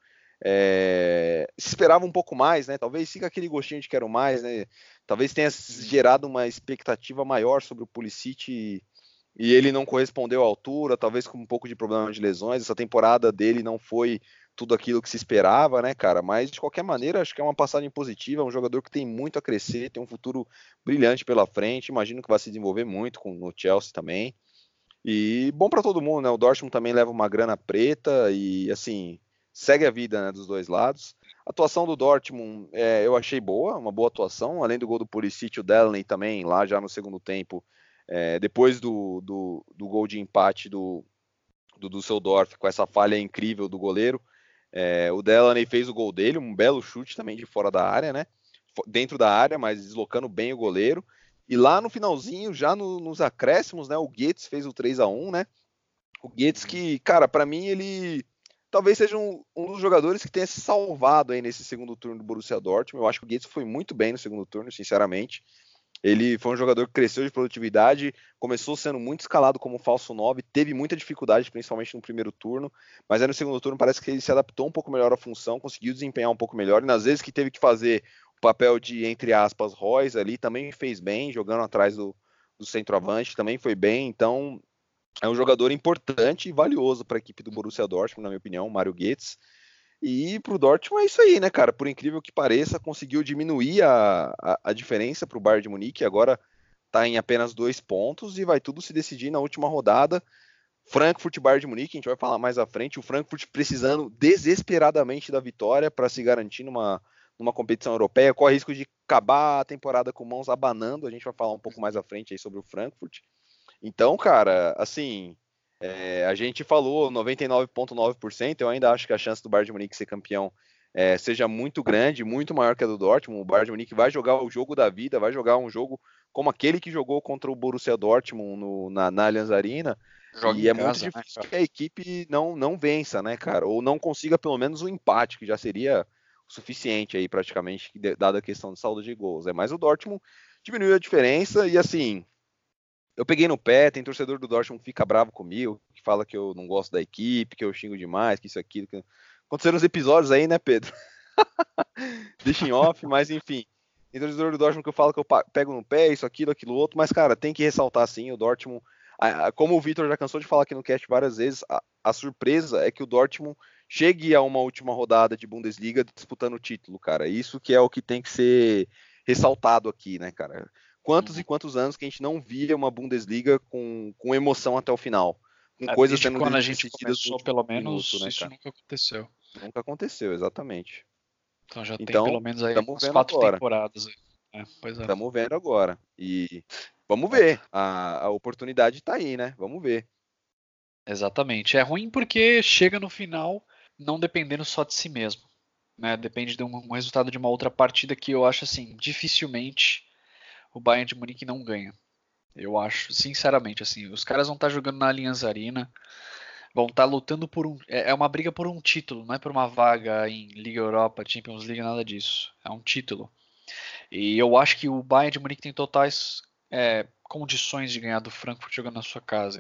É, se esperava um pouco mais, né? Talvez fica aquele gostinho de quero mais, né? Talvez tenha gerado uma expectativa maior sobre o Pulisic e, e ele não correspondeu à altura, talvez com um pouco de problema de lesões. Essa temporada dele não foi tudo aquilo que se esperava, né, cara? Mas de qualquer maneira, acho que é uma passagem positiva. É um jogador que tem muito a crescer, tem um futuro brilhante pela frente. Imagino que vai se desenvolver muito com, no Chelsea também. E bom para todo mundo, né? O Dortmund também leva uma grana preta e assim. Segue a vida, né, dos dois lados. A atuação do Dortmund é, eu achei boa, uma boa atuação, além do gol do Pulisic, o Delaney também, lá já no segundo tempo, é, depois do, do, do gol de empate do, do Düsseldorf, com essa falha incrível do goleiro, é, o Delaney fez o gol dele, um belo chute também de fora da área, né, dentro da área, mas deslocando bem o goleiro, e lá no finalzinho, já no, nos acréscimos, né, o Goetz fez o três a um, né, o Goetz que, cara, para mim ele... talvez seja um, um dos jogadores que tenha se salvado aí nesse segundo turno do Borussia Dortmund. Eu acho que o Goetz foi muito bem no segundo turno, sinceramente. Ele foi um jogador que cresceu de produtividade, começou sendo muito escalado como falso nove, teve muita dificuldade, principalmente no primeiro turno, mas aí no segundo turno parece que ele se adaptou um pouco melhor à função, conseguiu desempenhar um pouco melhor, e nas vezes que teve que fazer o papel de, entre aspas, Royce ali, também fez bem, jogando atrás do, do centroavante, também foi bem, então... é um jogador importante e valioso para a equipe do Borussia Dortmund, na minha opinião, o Mário Goetz. E para o Dortmund é isso aí, né, cara? Por incrível que pareça, conseguiu diminuir a, a, a diferença para o Bayern de Munique. Agora está em apenas dois pontos e vai tudo se decidir na última rodada. Frankfurt e Bayern de Munique, a gente vai falar mais à frente. O Frankfurt precisando desesperadamente da vitória para se garantir numa, numa competição europeia. Corre risco de acabar a temporada com mãos abanando. A gente vai falar um pouco mais à frente aí sobre o Frankfurt. Então, cara, assim, é, a gente falou noventa e nove vírgula nove por cento, eu ainda acho que a chance do Bayern de Munique ser campeão é, seja muito grande, muito maior que a do Dortmund. O Bayern de Munique vai jogar o jogo da vida, vai jogar um jogo como aquele que jogou contra o Borussia Dortmund no, na, na Allianz Arena, Joga e é casa, muito difícil, né, que a equipe não, não vença, né, cara, ou não consiga pelo menos um empate, que já seria o suficiente aí praticamente, dada a questão de saldo de gols. É, mas o Dortmund diminuiu a diferença e assim... eu peguei no pé, tem torcedor do Dortmund que fica bravo comigo, que fala que eu não gosto da equipe, que eu xingo demais, que isso, aquilo. Que... aconteceram uns episódios aí, né, Pedro? Deixa em off, mas enfim. Tem torcedor do Dortmund que eu falo que eu pego no pé, isso, aquilo, aquilo outro, mas, cara, tem que ressaltar, sim, o Dortmund... como o Vitor já cansou de falar aqui no cast várias vezes, a, a surpresa é que o Dortmund chegue a uma última rodada de Bundesliga disputando o título, cara. Isso que é o que tem que ser ressaltado aqui, né, cara? Quantos uhum. e quantos anos que a gente não via uma Bundesliga com, com emoção até o final? Com É, coisas desde sendo quando a gente decididas no começou, último pelo minuto, menos, né, isso cara? nunca aconteceu. Nunca aconteceu, exatamente. Então já tem pelo Então, menos aí estamos umas vendo quatro agora. temporadas aí. É, pois é. Estamos vendo agora. E vamos ver. A, a oportunidade está aí, né? Vamos ver. Exatamente. É ruim porque chega no final não dependendo só de si mesmo. Né? Depende de um, um resultado de uma outra partida que eu acho assim, dificilmente o Bayern de Munique não ganha. Eu acho, sinceramente, assim, os caras vão estar jogando na Allianz Arena, vão estar lutando por um. É é uma briga por um título, não é por uma vaga em Liga Europa, Champions League, nada disso. É um título. E eu acho que o Bayern de Munique tem totais é, condições de ganhar do Frankfurt jogando na sua casa.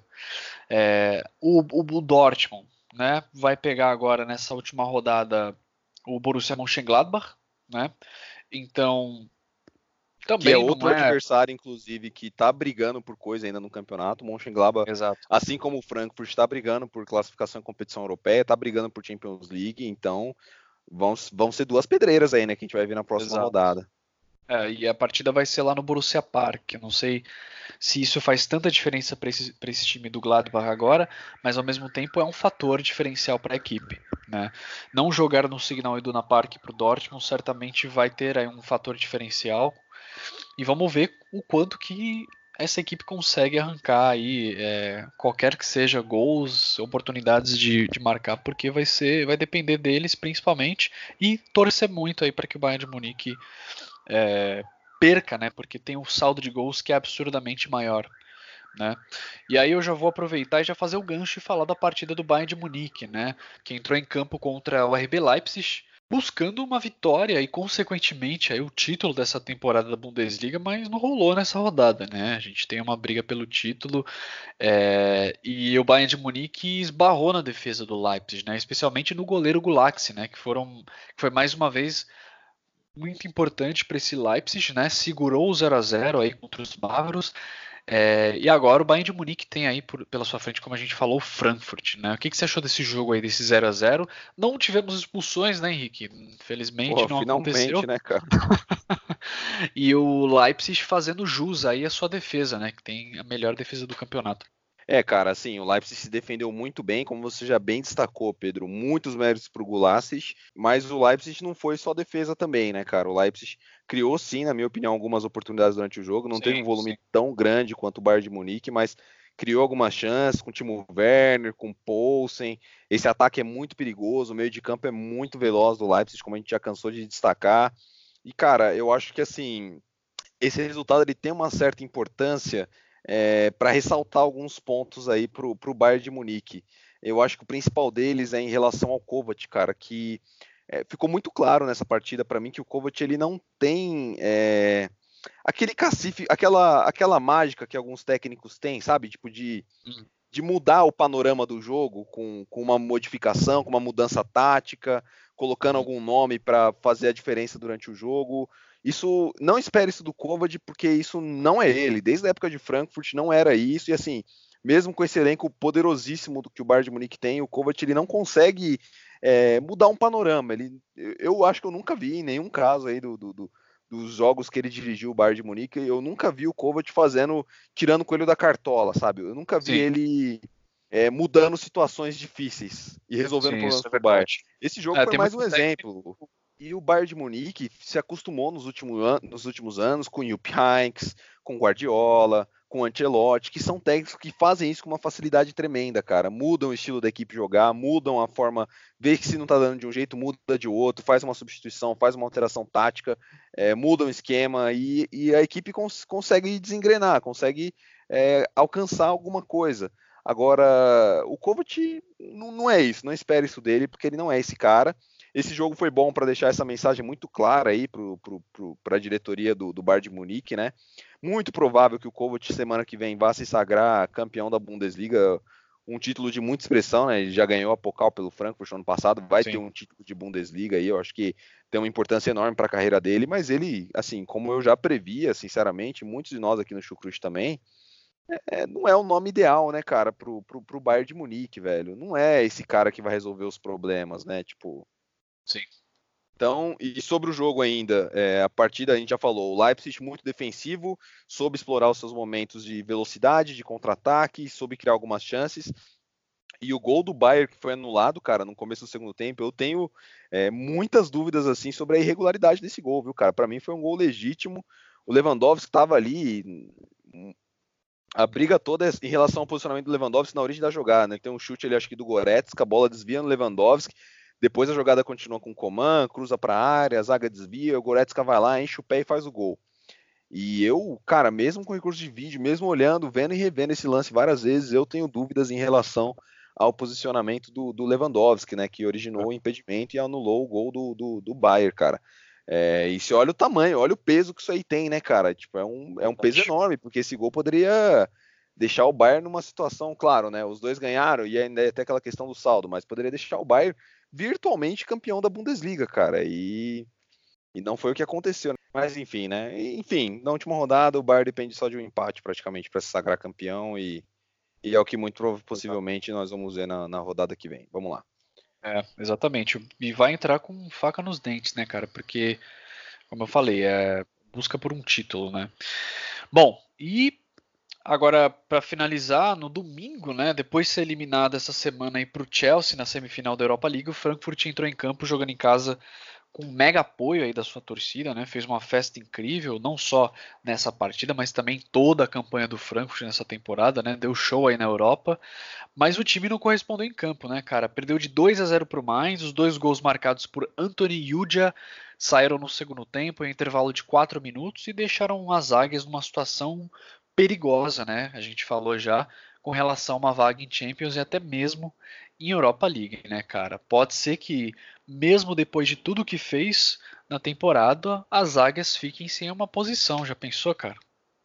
É, o, o, o Dortmund, né, vai pegar agora nessa última rodada o Borussia Mönchengladbach, né? Então Que é também outro não é adversário, inclusive, que está brigando por coisa ainda no campeonato. O Mönchengladbach, exato. assim como o Frankfurt, está brigando por classificação em competição europeia, está brigando por Champions League. Então, vão, vão ser duas pedreiras aí, né? Que a gente vai ver na próxima Exato. rodada. É, e a partida vai ser lá no Borussia Park. Eu não sei se isso faz tanta diferença para esse, pra esse time do Gladbach agora, mas ao mesmo tempo é um fator diferencial para a equipe. Né? Não jogar no Signal Iduna Park para o Dortmund certamente vai ter aí um fator diferencial. E vamos ver o quanto que essa equipe consegue arrancar aí é, qualquer que seja gols, oportunidades de, de marcar, porque vai ser, vai depender deles principalmente e torcer muito aí para que o Bayern de Munique é, perca, né? Porque tem um saldo de gols que é absurdamente maior. Né? E aí eu já vou aproveitar e já fazer o gancho e falar da partida do Bayern de Munique, né? Que entrou em campo contra o R B Leipzig, buscando uma vitória e consequentemente aí o título dessa temporada da Bundesliga, mas não rolou nessa rodada, né? A gente tem uma briga pelo título é, e o Bayern de Munique esbarrou na defesa do Leipzig, né? Especialmente no goleiro Gulaxi, né? Que foram, que foi mais uma vez muito importante para esse Leipzig, né? Segurou o zero a zero aí contra os bávaros. É, e agora o Bayern de Munique tem aí por, pela sua frente, como a gente falou, o Frankfurt, né? O que, que você achou desse jogo aí, desse zero a zero? Não tivemos expulsões, né, Henrique? Infelizmente Pô, não aconteceu. finalmente, né, cara? E o Leipzig fazendo jus aí a sua defesa, né? Que tem a melhor defesa do campeonato. É, cara, assim, o Leipzig se defendeu muito bem, como você já bem destacou, Pedro, muitos méritos pro Gulaçis, mas o Leipzig não foi só defesa também, né, cara? O Leipzig criou, sim, na minha opinião, algumas oportunidades durante o jogo, não Sim, teve um volume sim. tão grande quanto o Bayern de Munique, mas criou algumas chances com o Timo Werner, com o Poulsen. Esse ataque é muito perigoso, o meio de campo é muito veloz do Leipzig, como a gente já cansou de destacar. E, cara, eu acho que, assim, esse resultado ele tem uma certa importância é, para ressaltar alguns pontos aí para o Bayern de Munique. Eu acho que o principal deles é em relação ao Kovac, cara, que é, ficou muito claro nessa partida para mim que o Kovac ele não tem é, aquele cacife, aquela, aquela mágica que alguns técnicos têm, sabe? Tipo de, Hum. de mudar o panorama do jogo com, com uma modificação, com uma mudança tática, colocando algum nome para fazer a diferença durante o jogo. Isso, não espere isso do Kovac, porque isso não é ele. Desde a época de Frankfurt não era isso. E assim, mesmo com esse elenco poderosíssimo do que o Bayern de Munique tem, o Kovac ele não consegue é, mudar um panorama. Ele, eu acho que eu nunca vi em nenhum caso aí do, do, do dos jogos que ele dirigiu o Bayern de Munique, eu nunca vi o Kovac fazendo, tirando o coelho da cartola, sabe? Eu nunca vi Sim, ele é, mudando situações difíceis e resolvendo sim, isso problemas é pro Bayern. verdade. Esse jogo É, foi tem mais um muito exemplo. técnico. E o Bayern de Munique se acostumou nos últimos, an nos últimos anos com o Jupp Heynckes, com Guardiola, com Ancelotti, que são técnicos que fazem isso com uma facilidade tremenda, cara. Mudam o estilo da equipe jogar, mudam a forma, vê que se não tá dando de um jeito, muda de outro, faz uma substituição, faz uma alteração tática, é, muda o esquema e, e a equipe cons consegue desengrenar, consegue é, alcançar alguma coisa. Agora, o Kovac não, não é isso, não espere isso dele, porque ele não é esse cara. Esse jogo foi bom para deixar essa mensagem muito clara aí para a diretoria do, do Bayern de Munique, né? Muito provável que o Kovac semana que vem vá se sagrar campeão da Bundesliga, um título de muita expressão, né? Ele já ganhou a Pokal pelo Frankfurt no ano passado, vai Sim. ter um título de Bundesliga aí, eu acho que tem uma importância enorme para a carreira dele, mas ele, assim, como eu já previa, sinceramente, muitos de nós aqui no Chucrute também, é, não é o nome ideal, né, cara, pro, pro, pro Bayern de Munique, velho. Não é esse cara que vai resolver os problemas, né? Tipo, Sim. Então, e sobre o jogo ainda, é, a partida a gente já falou, o Leipzig muito defensivo, soube explorar os seus momentos de velocidade, de contra-ataque, soube criar algumas chances. E o gol do Bayern que foi anulado, cara, no começo do segundo tempo, eu tenho é, muitas dúvidas assim sobre a irregularidade desse gol, viu, cara? Para mim foi um gol legítimo. O Lewandowski estava ali, a briga toda é em relação ao posicionamento do Lewandowski na origem da jogada, né? Tem um chute ali, acho que do Goretzka, a bola desvia no Lewandowski. Depois a jogada continua com o Coman, cruza para a área, a zaga desvia, o Goretzka vai lá, enche o pé e faz o gol. E eu, cara, mesmo com recurso de vídeo, mesmo olhando, vendo e revendo esse lance várias vezes, eu tenho dúvidas em relação ao posicionamento do, do Lewandowski, né, que originou o impedimento e anulou o gol do, do, do Bayern, cara. É, e se olha o tamanho, olha o peso que isso aí tem, né, cara? Tipo, é um, é um peso enorme, porque esse gol poderia deixar o Bayern numa situação, claro, né? Os dois ganharam e ainda é até aquela questão do saldo, mas poderia deixar o Bayern virtualmente campeão da Bundesliga, cara. E, e não foi o que aconteceu. Né? Mas enfim, né? Enfim, na última rodada o Bayern depende só de um empate praticamente para se sagrar campeão e, e é o que muito possivelmente nós vamos ver na, na rodada que vem. Vamos lá. É, exatamente. E vai entrar com faca nos dentes, né, cara? Porque, como eu falei, é busca por um título, né? Bom, e agora para finalizar, no domingo, né, depois de ser eliminado essa semana aí pro Chelsea na semifinal da Europa League, o Frankfurt entrou em campo jogando em casa com mega apoio aí da sua torcida, né? Fez uma festa incrível, não só nessa partida, mas também toda a campanha do Frankfurt nessa temporada, né? Deu show aí na Europa, mas o time não correspondeu em campo, né, cara? Perdeu de dois a zero pro Mainz, os dois gols marcados por Anthony Judia saíram no segundo tempo, em intervalo de quatro minutos, e deixaram as águias numa situação perigosa, né? A gente falou já com relação a uma vaga em Champions e até mesmo em Europa League, né, cara? Pode ser que, mesmo depois de tudo que fez na temporada, as águias fiquem sem uma posição. Já pensou, cara?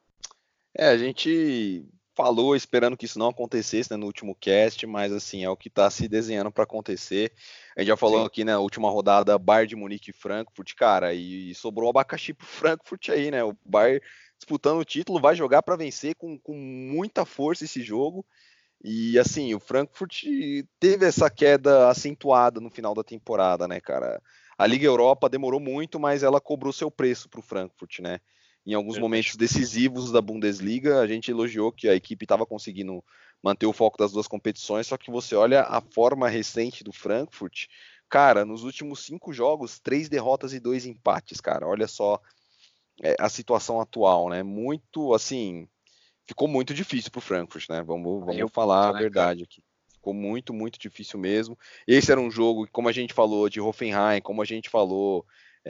É, a gente falou esperando que isso não acontecesse, né, no último cast, mas assim, é o que está se desenhando para acontecer. A gente já falou Sim. aqui na última rodada Bayern de Munique e Frankfurt, cara, e sobrou um abacaxi pro Frankfurt aí, né? O Bayern disputando o título, vai jogar para vencer com, com muita força esse jogo. E assim, o Frankfurt teve essa queda acentuada no final da temporada, né, cara? A Liga Europa demorou muito, mas ela cobrou seu preço pro Frankfurt, né? Em alguns Verdade. momentos decisivos da Bundesliga, a gente elogiou que a equipe estava conseguindo manter o foco das duas competições, só que você olha a forma recente do Frankfurt, cara, nos últimos cinco jogos, três derrotas e dois empates, cara. Olha só é, a situação atual, né? Muito, assim, ficou muito difícil para o Frankfurt, né? Vamos, vamos falar tô, né, a verdade cara? aqui. Ficou muito, muito difícil mesmo. Esse era um jogo, como a gente falou de Hoffenheim, como a gente falou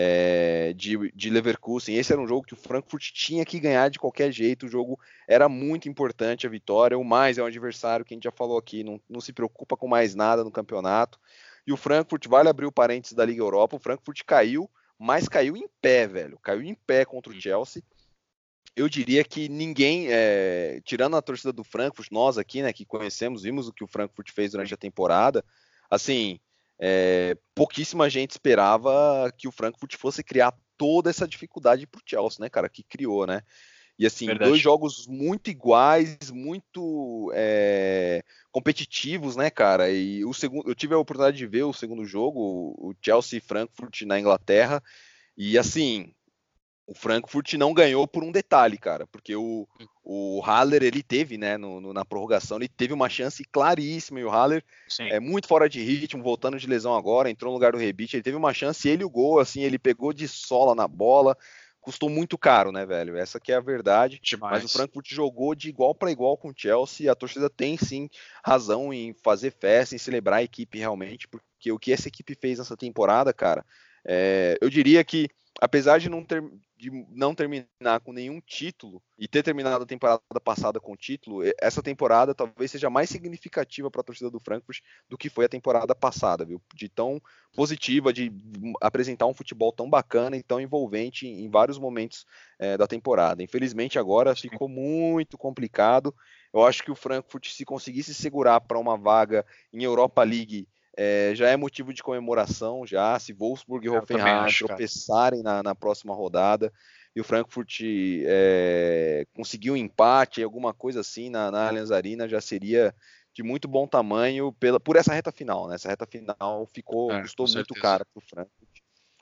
é, de, de Leverkusen, esse era um jogo que o Frankfurt tinha que ganhar de qualquer jeito. O jogo era muito importante, a vitória. O mais é um adversário que a gente já falou aqui, não, não se preocupa com mais nada no campeonato. E o Frankfurt, vale abrir o parênteses da Liga Europa, o Frankfurt caiu, mas caiu em pé, velho. Caiu em pé contra o Chelsea. Eu diria que ninguém, é, tirando a torcida do Frankfurt, nós aqui, né, que conhecemos, vimos o que o Frankfurt fez durante a temporada, assim, é, pouquíssima gente esperava que o Frankfurt fosse criar toda essa dificuldade pro Chelsea, né, cara, que criou, né, e assim, Verdade. dois jogos muito iguais, muito é, competitivos, né, cara, e o segundo, eu tive a oportunidade de ver o segundo jogo, o Chelsea e Frankfurt na Inglaterra, e assim, o Frankfurt não ganhou por um detalhe, cara, porque o, o Haller, ele teve, né, no, no, na prorrogação, ele teve uma chance claríssima, e o Haller Sim. é muito fora de ritmo, voltando de lesão agora, entrou no lugar do Rebic, ele teve uma chance, ele e o gol, assim, ele pegou de sola na bola, custou muito caro, né, velho, essa que é a verdade, Demais. Mas o Frankfurt jogou de igual para igual com o Chelsea, e a torcida tem, sim, razão em fazer festa, em celebrar a equipe realmente, porque o que essa equipe fez nessa temporada, cara, é, eu diria que, apesar de não ter de não terminar com nenhum título e ter terminado a temporada passada com o título, essa temporada talvez seja mais significativa para a torcida do Frankfurt do que foi a temporada passada, viu? De tão positiva, de apresentar um futebol tão bacana e tão envolvente em vários momentos é, da temporada. Infelizmente agora ficou muito complicado. Eu acho que o Frankfurt, se conseguisse segurar para uma vaga em Europa League, É, já é motivo de comemoração, já, se Wolfsburg e Hoffenheim tropeçarem na, na próxima rodada, e o Frankfurt é, conseguir um empate, alguma coisa assim na, na Allianz Arena, já seria de muito bom tamanho pela, por essa reta final, né? Essa reta final ficou, é, custou muito caro para o Frankfurt.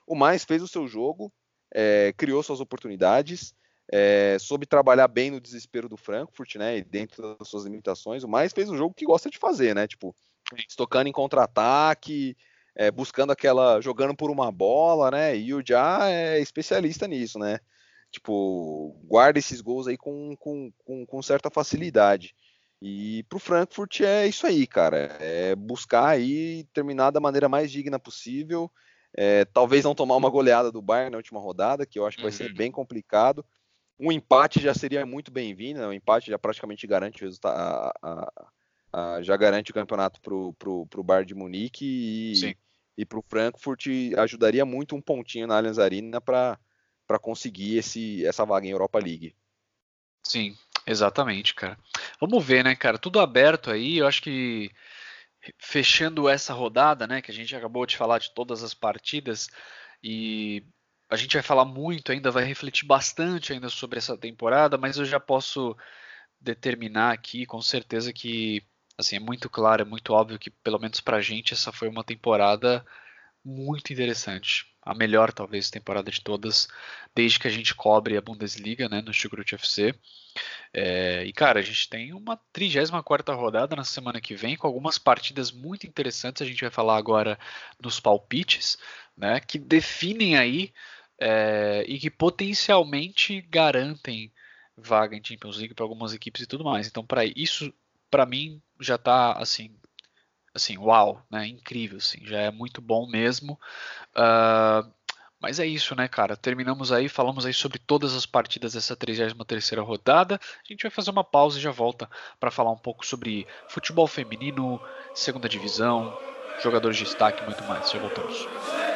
O Mainz fez o seu jogo, é, criou suas oportunidades, é, soube trabalhar bem no desespero do Frankfurt, né, e dentro das suas limitações. O Mainz fez um jogo que gosta de fazer, né, tipo, estocando em contra-ataque, é, buscando aquela, jogando por uma bola, né, e o Já é especialista nisso, né, tipo, guarda esses gols aí com, com, com, com certa facilidade. E pro Frankfurt é isso aí, cara, é buscar aí terminar da maneira mais digna possível. É, talvez não tomar uma goleada do Bayern na última rodada, que eu acho que vai ser bem complicado. Um empate já seria muito bem-vindo, né? O empate já praticamente garante o resultado, a, a, a, já garante o campeonato pro, pro, pro Bayern de Munique e, e pro Frankfurt ajudaria muito um pontinho na Allianz Arena para conseguir esse, essa vaga em Europa League. Sim, exatamente, cara. Vamos ver, né, cara? Tudo aberto aí, eu acho que fechando essa rodada, né, que a gente acabou de falar de todas as partidas, e a gente vai falar muito ainda, vai refletir bastante ainda sobre essa temporada, mas eu já posso determinar aqui com certeza que, assim, é muito claro, é muito óbvio que, pelo menos pra gente, essa foi uma temporada muito interessante. A melhor, talvez, temporada de todas, desde que a gente cobre a Bundesliga, né, no Stuttgart F C. É, e, cara, a gente tem uma trigésima quarta rodada na semana que vem, com algumas partidas muito interessantes. A gente vai falar agora nos palpites, né, que definem aí é, e que potencialmente garantem vaga em Champions League para algumas equipes e tudo mais. Então, para isso, para mim, já está assim, assim, uau, né, incrível, assim, já é muito bom mesmo. Uh, Mas é isso, né, cara? Terminamos aí, falamos aí sobre todas as partidas dessa trigésima terceira rodada. A gente vai fazer uma pausa e já volta para falar um pouco sobre futebol feminino, segunda divisão, jogadores de destaque e muito mais. Já voltamos.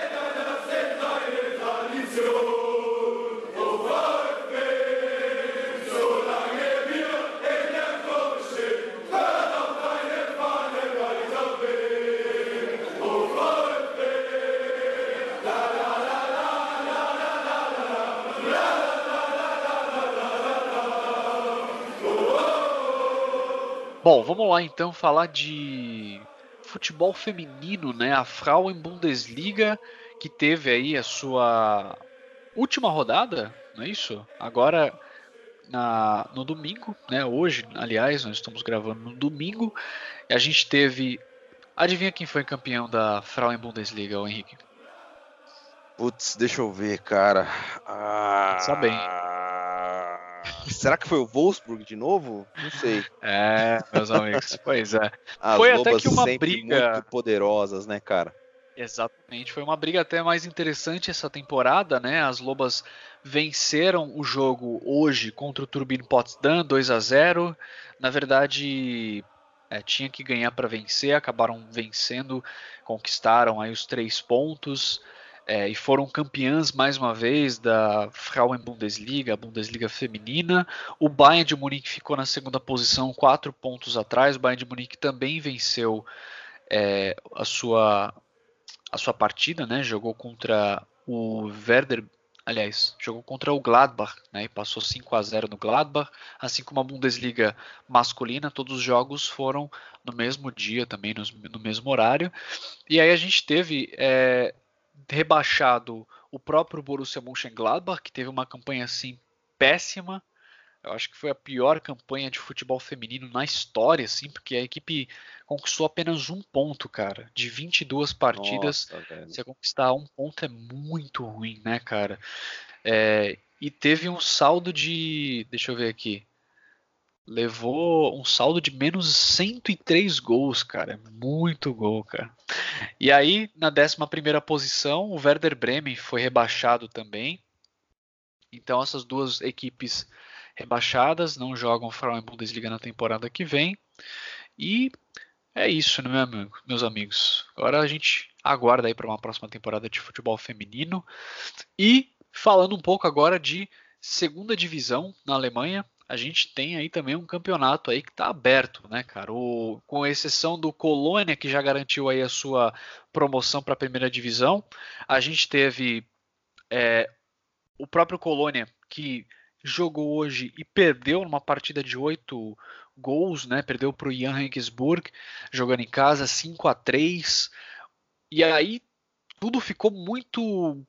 Bom, vamos lá então falar de futebol feminino, né? A Frauen Bundesliga, que teve aí a sua última rodada, não é isso? Agora na, no domingo, né? Hoje, aliás, nós estamos gravando no domingo. E a gente teve. Adivinha quem foi campeão da Frauen Bundesliga, o Henrique? Putz, deixa eu ver, cara. Ah... Pensa bem. Será que foi o Wolfsburg de novo? Não sei. É, meus amigos, pois é. As foi lobas até que uma sempre briga muito poderosas, né, cara? Exatamente, foi uma briga até mais interessante essa temporada, né? As Lobas venceram o jogo hoje contra o Turbine Potsdam dois a zero. Na verdade, é, tinha que ganhar para vencer, acabaram vencendo, conquistaram aí os três pontos. É, e foram campeãs mais uma vez da Frauen Bundesliga, a Bundesliga feminina. O Bayern de Munique ficou na segunda posição, quatro pontos atrás. O Bayern de Munique também venceu é, a sua a sua partida, né? Jogou contra o Werder, aliás, jogou contra o Gladbach, né? E passou cinco a zero no Gladbach, assim como a Bundesliga masculina. Todos os jogos foram no mesmo dia, também no, no mesmo horário. E aí a gente teve é, rebaixado o próprio Borussia Mönchengladbach, que teve uma campanha assim péssima. Eu acho que foi a pior campanha de futebol feminino na história, assim, porque a equipe conquistou apenas um ponto, cara. De vinte e duas partidas, Nossa, você conquistar um ponto é muito ruim, né, cara? É, e teve um saldo de. Deixa eu ver aqui. Levou um saldo de menos cento e três gols, cara. Muito gol, cara. E aí, na décima primeira posição, o Werder Bremen foi rebaixado também. Então, essas duas equipes rebaixadas não jogam Frauen Bundesliga na temporada que vem. E é isso, né, meus amigos? Agora a gente aguarda aí para uma próxima temporada de futebol feminino. E falando um pouco agora de segunda divisão na Alemanha, a gente tem aí também um campeonato aí que está aberto, né, cara? O, com exceção do Colônia, que já garantiu aí a sua promoção para a primeira divisão, a gente teve é, o próprio Colônia, que jogou hoje e perdeu numa partida de oito gols, né? Perdeu para o Jan Regensburg, jogando em casa cinco a três. E aí tudo ficou muito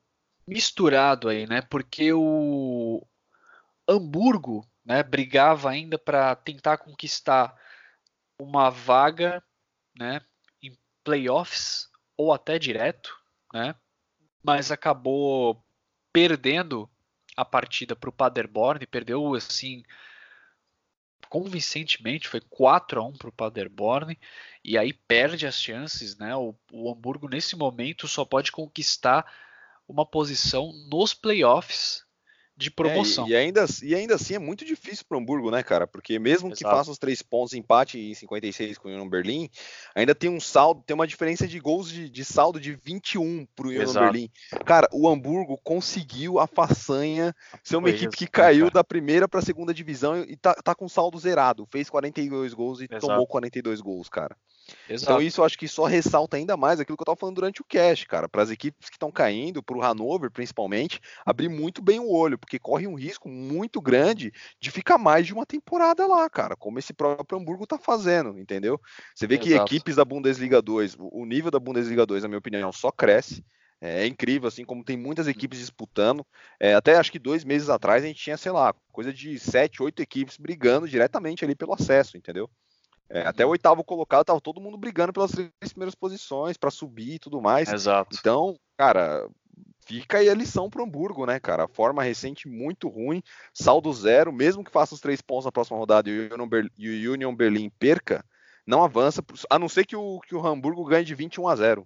misturado aí, né? Porque o Hamburgo, né, brigava ainda para tentar conquistar uma vaga, né, em playoffs ou até direto, né? Mas acabou perdendo a partida para o Paderborn, perdeu assim convincentemente, foi quatro a um para o Paderborn, e aí perde as chances, né? O, o Hamburgo nesse momento só pode conquistar uma posição nos playoffs de É, e, promoção. e ainda, e ainda assim é muito difícil para o Hamburgo, né, cara? Porque mesmo que Exato. faça os três pontos, empate em cinquenta e seis com o Union Berlin, ainda tem um saldo, tem uma diferença de gols de, de saldo de vinte e um para o Union Berlin. Cara, o Hamburgo conseguiu a façanha ser uma equipe que caiu da primeira para a segunda divisão e tá, tá com saldo zerado. Fez quarenta e dois gols e Exato. tomou quarenta e dois gols, cara. Exato. Então isso eu acho que só ressalta ainda mais aquilo que eu estava falando durante o cast, cara, para as equipes que estão caindo, para o Hannover principalmente, abrir muito bem o olho, porque corre um risco muito grande de ficar mais de uma temporada lá, cara, como esse próprio Hamburgo está fazendo, entendeu? Você vê que Exato. equipes da Bundesliga dois, o nível da Bundesliga dois, na minha opinião, só cresce. É incrível, assim, como tem muitas equipes disputando. É, até acho que dois meses atrás a gente tinha, sei lá, coisa de sete, oito equipes brigando diretamente ali pelo acesso, entendeu? É, até o oitavo colocado, tava todo mundo brigando pelas três primeiras posições para subir e tudo mais. Exato. Então, cara, fica aí a lição pro Hamburgo, né, cara? Forma recente muito ruim, saldo zero, mesmo que faça os três pontos na próxima rodada e o Union, Ber- e o Union Berlin perca, não avança, a não ser que o, que o Hamburgo ganhe de vinte e um a zero.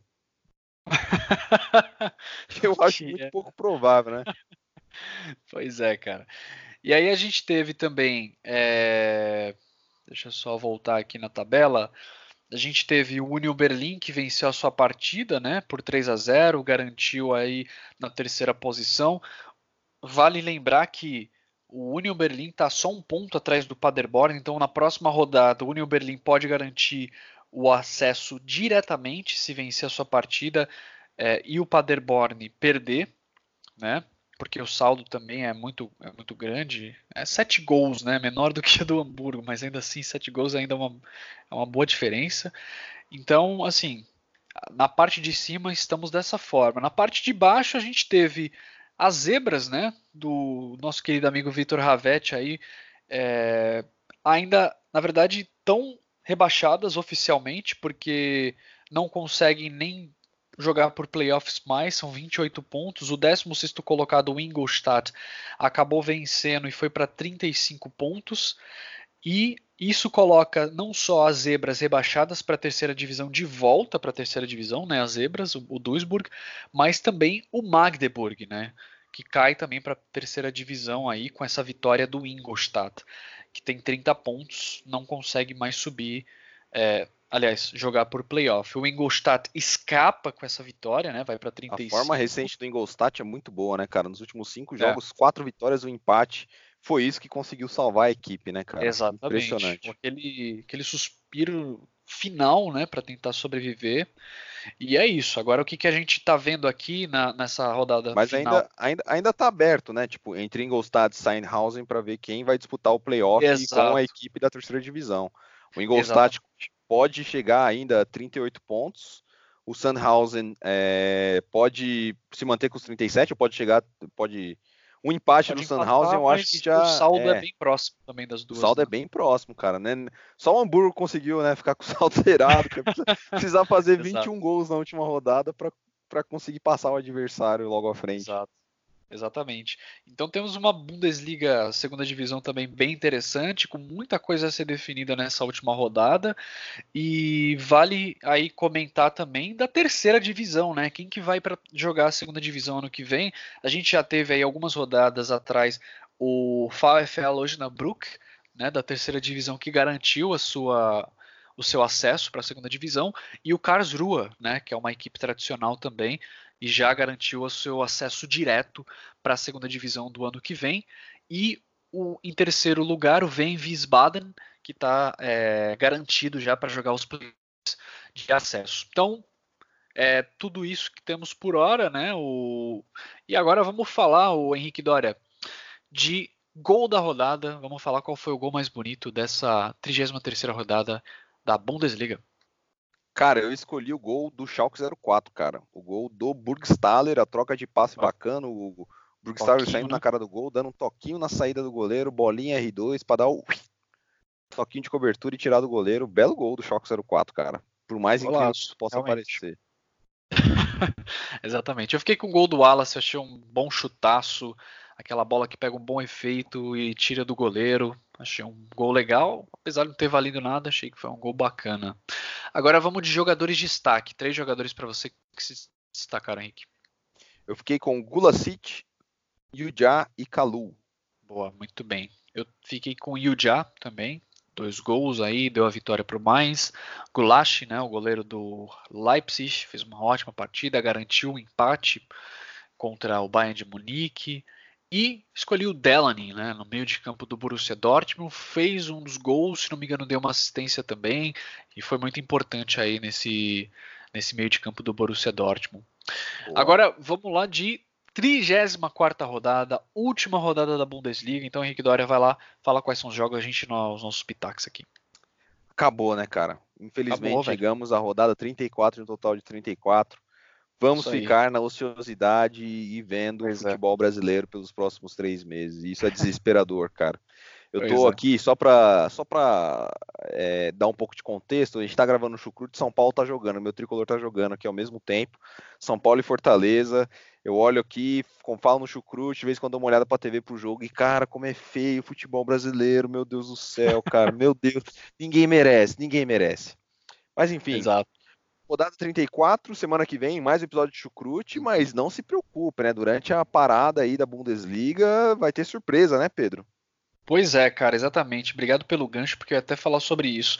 Eu acho muito é. pouco provável, né? Pois é, cara. E aí a gente teve também, é... deixa eu só voltar aqui na tabela. A gente teve o Union Berlin que venceu a sua partida, né, por três a zero, garantiu aí na terceira posição. Vale lembrar que o Union Berlin está só um ponto atrás do Paderborn, então na próxima rodada o Union Berlin pode garantir o acesso diretamente se vencer a sua partida é, e o Paderborn perder, né? Porque o saldo também é muito, é muito grande. É sete gols, né? Menor do que a do Hamburgo, mas ainda assim sete gols ainda é uma, é uma boa diferença. Então, assim, na parte de cima estamos dessa forma. Na parte de baixo a gente teve as zebras, né? Do nosso querido amigo Vitor Ravetti aí, é, ainda, na verdade, tão rebaixadas oficialmente, porque não conseguem nem jogar por playoffs mais, são vinte e oito pontos. O décimo sexto colocado, o Ingolstadt, acabou vencendo e foi para trinta e cinco pontos. E isso coloca não só as zebras rebaixadas para a terceira divisão de volta para a terceira divisão, né, as zebras, o, o Duisburg, mas também o Magdeburg, né, que cai também para a terceira divisão aí com essa vitória do Ingolstadt, que tem trinta pontos, não consegue mais subir, é, aliás, jogar por playoff. O Ingolstadt escapa com essa vitória, né, vai para trinta e cinco. A forma recente do Ingolstadt é muito boa, né, cara? Nos últimos cinco É. jogos, quatro vitórias, um empate. Foi isso que conseguiu salvar a equipe, né, cara? Exatamente. Impressionante. Aquele, aquele suspiro final, né, para tentar sobreviver. E é isso. Agora, o que, que a gente está vendo aqui na, nessa rodada Mas final? ainda, ainda, ainda tá aberto, né? Tipo, entre Ingolstadt e Sandhausen para ver quem vai disputar o playoff Exato. com a equipe da terceira divisão. O Ingolstadt Exatamente. Pode chegar ainda a trinta e oito pontos. O Sandhausen é, pode se manter com os trinta e sete, ou pode chegar, pode um empate pode do Sandhausen, eu acho que já o saldo é, é bem próximo também das duas. O saldo né? é bem próximo, cara, né? Só o Hamburgo conseguiu, né, ficar com o saldo zerado, precisar fazer vinte e um gols na última rodada para conseguir passar o adversário logo à frente. Exato. Exatamente. Então temos uma Bundesliga segunda divisão também bem interessante, com muita coisa a ser definida nessa última rodada. E vale aí comentar também da terceira divisão, né? Quem que vai para jogar a segunda divisão ano que vem? A gente já teve aí algumas rodadas atrás o VfL Osnabrück, né, da terceira divisão que garantiu a sua o seu acesso para a segunda divisão, e o Karlsruhe, né, que é uma equipe tradicional também, e já garantiu o seu acesso direto para a segunda divisão do ano que vem. E o, em terceiro lugar, o Wien Wiesbaden, que está é, garantido já para jogar os playoffs de acesso. Então, é tudo isso que temos por hora, né? O... E agora vamos falar, o Henrique Doria, de gol da rodada. Vamos falar qual foi o gol mais bonito dessa trigésima terceira rodada da Bundesliga. Cara, eu escolhi o gol do Schalke zero quatro, cara. O gol do Burgstaller, a troca de passe bacana, o Burgstaller Toquinho, saindo né? na cara do gol, dando um toquinho na saída do goleiro, bolinha R dois pra dar o toquinho de cobertura e tirar do goleiro. Belo gol do Schalke zero quatro, cara. Por mais Golaço, incrível que isso possa realmente. parecer. Exatamente. Eu fiquei com o gol do Wallace, achei um bom chutaço, aquela bola que pega um bom efeito e tira do goleiro. Achei um gol legal, apesar de não ter valido nada, achei que foi um gol bacana. Agora vamos de jogadores de destaque. Três jogadores para você que se destacaram, Henrique. Eu fiquei com Gulasic, Yujá e Kalu. Boa, muito bem. Eu fiquei com o Yujá também. Dois gols aí, deu a vitória para o Mainz. Gulasch, né, o goleiro do Leipzig, fez uma ótima partida, garantiu o um empate contra o Bayern de Munique. E escolhi o Delaney, né, no meio de campo do Borussia Dortmund, fez um dos gols, se não me engano deu uma assistência também, e foi muito importante aí nesse, nesse meio de campo do Borussia Dortmund. Boa. Agora vamos lá de trigésima quarta rodada, última rodada da Bundesliga, então Henrique Doria vai lá falar quais são os jogos, a gente os nossos pitaques aqui. Acabou, né, cara? Infelizmente Acabou, chegamos à rodada trinta e quatro, no total de trinta e quatro. Vamos Isso ficar aí. na ociosidade e vendo Pois o futebol é. brasileiro pelos próximos três meses. Isso é desesperador, cara. Eu Pois tô é. aqui só pra, só pra é, dar um pouco de contexto. A gente tá gravando no Chucrute, São Paulo tá jogando, meu tricolor tá jogando aqui ao mesmo tempo. São Paulo e Fortaleza. Eu olho aqui, falo no Chucrute, de vez em quando dou uma olhada pra T V pro jogo e, cara, como é feio o futebol brasileiro, meu Deus do céu, cara, meu Deus. Ninguém merece, ninguém merece. Mas enfim. Exato. Rodada trinta e quatro, semana que vem, mais um episódio de Chucrute, mas não se preocupe, né? Durante a parada aí da Bundesliga, vai ter surpresa, né, Pedro? Pois é, cara, exatamente. Obrigado pelo gancho, porque eu ia até falar sobre isso.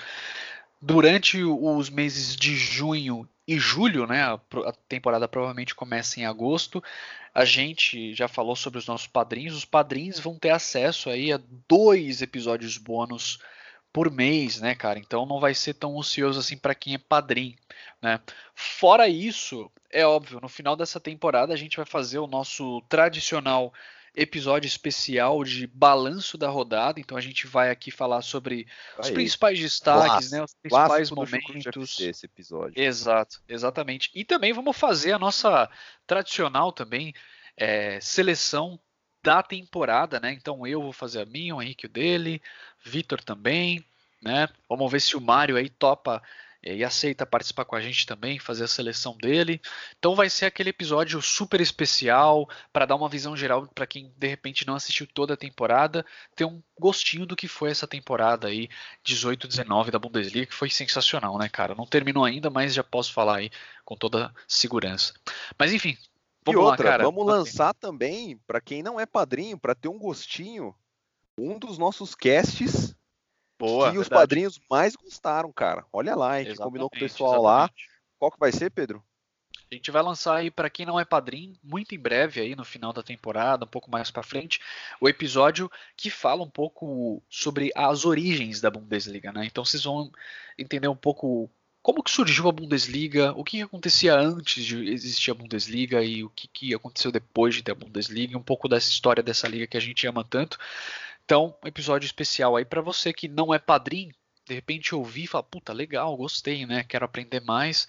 Durante os meses de junho e julho, né, a temporada provavelmente começa em agosto, a gente já falou sobre os nossos padrinhos. Os padrinhos vão ter acesso aí a dois episódios bônus por mês, né, cara? Então não vai ser tão ocioso assim para quem é padrinho, né? Fora isso, é óbvio, no final dessa temporada a gente vai fazer o nosso tradicional episódio especial de balanço da rodada. Então a gente vai aqui falar sobre os Aí. principais destaques, Clássico, né, os principais momentos. momentos. Esse episódio. Exato, exatamente. E também vamos fazer a nossa tradicional também é, seleção da temporada, né? Então eu vou fazer a minha, o Henrique o dele, Vitor também, né? Vamos ver se o Mário aí topa e aceita participar com a gente também, fazer a seleção dele. Então vai ser aquele episódio super especial para dar uma visão geral para quem de repente não assistiu toda a temporada, ter um gostinho do que foi essa temporada aí dezoito dezenove da Bundesliga, que foi sensacional, né, cara? Não terminou ainda, mas já posso falar aí com toda segurança. Mas enfim, vamos e outra, lá, cara. Vamos lançar também, para quem não é padrinho, para ter um gostinho, um dos nossos casts Boa, que os verdade. padrinhos mais gostaram, cara. Olha lá, a gente exatamente, combinou com o pessoal exatamente. lá. Qual que vai ser, Pedro? A gente vai lançar aí para quem não é padrinho, muito em breve aí no final da temporada, um pouco mais para frente, o episódio que fala um pouco sobre as origens da Bundesliga, né? Então vocês vão entender um pouco como que surgiu a Bundesliga, o que acontecia antes de existir a Bundesliga e o que, que aconteceu depois de ter a Bundesliga, um pouco dessa história dessa liga que a gente ama tanto. Então, um episódio especial aí para você que não é padrinho, de repente ouvir e falar, puta, legal, gostei, né? Quero aprender mais.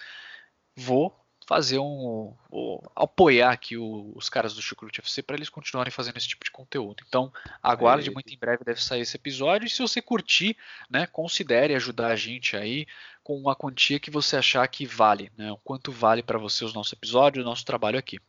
Vou fazer um, um apoiar aqui o, os caras do Chucrute F C para eles continuarem fazendo esse tipo de conteúdo. Então, aguarde, Aê. muito em breve deve sair esse episódio. E se você curtir, né, considere ajudar a gente aí com uma quantia que você achar que vale, né? O quanto vale para você os nossos episódios, o nosso trabalho aqui.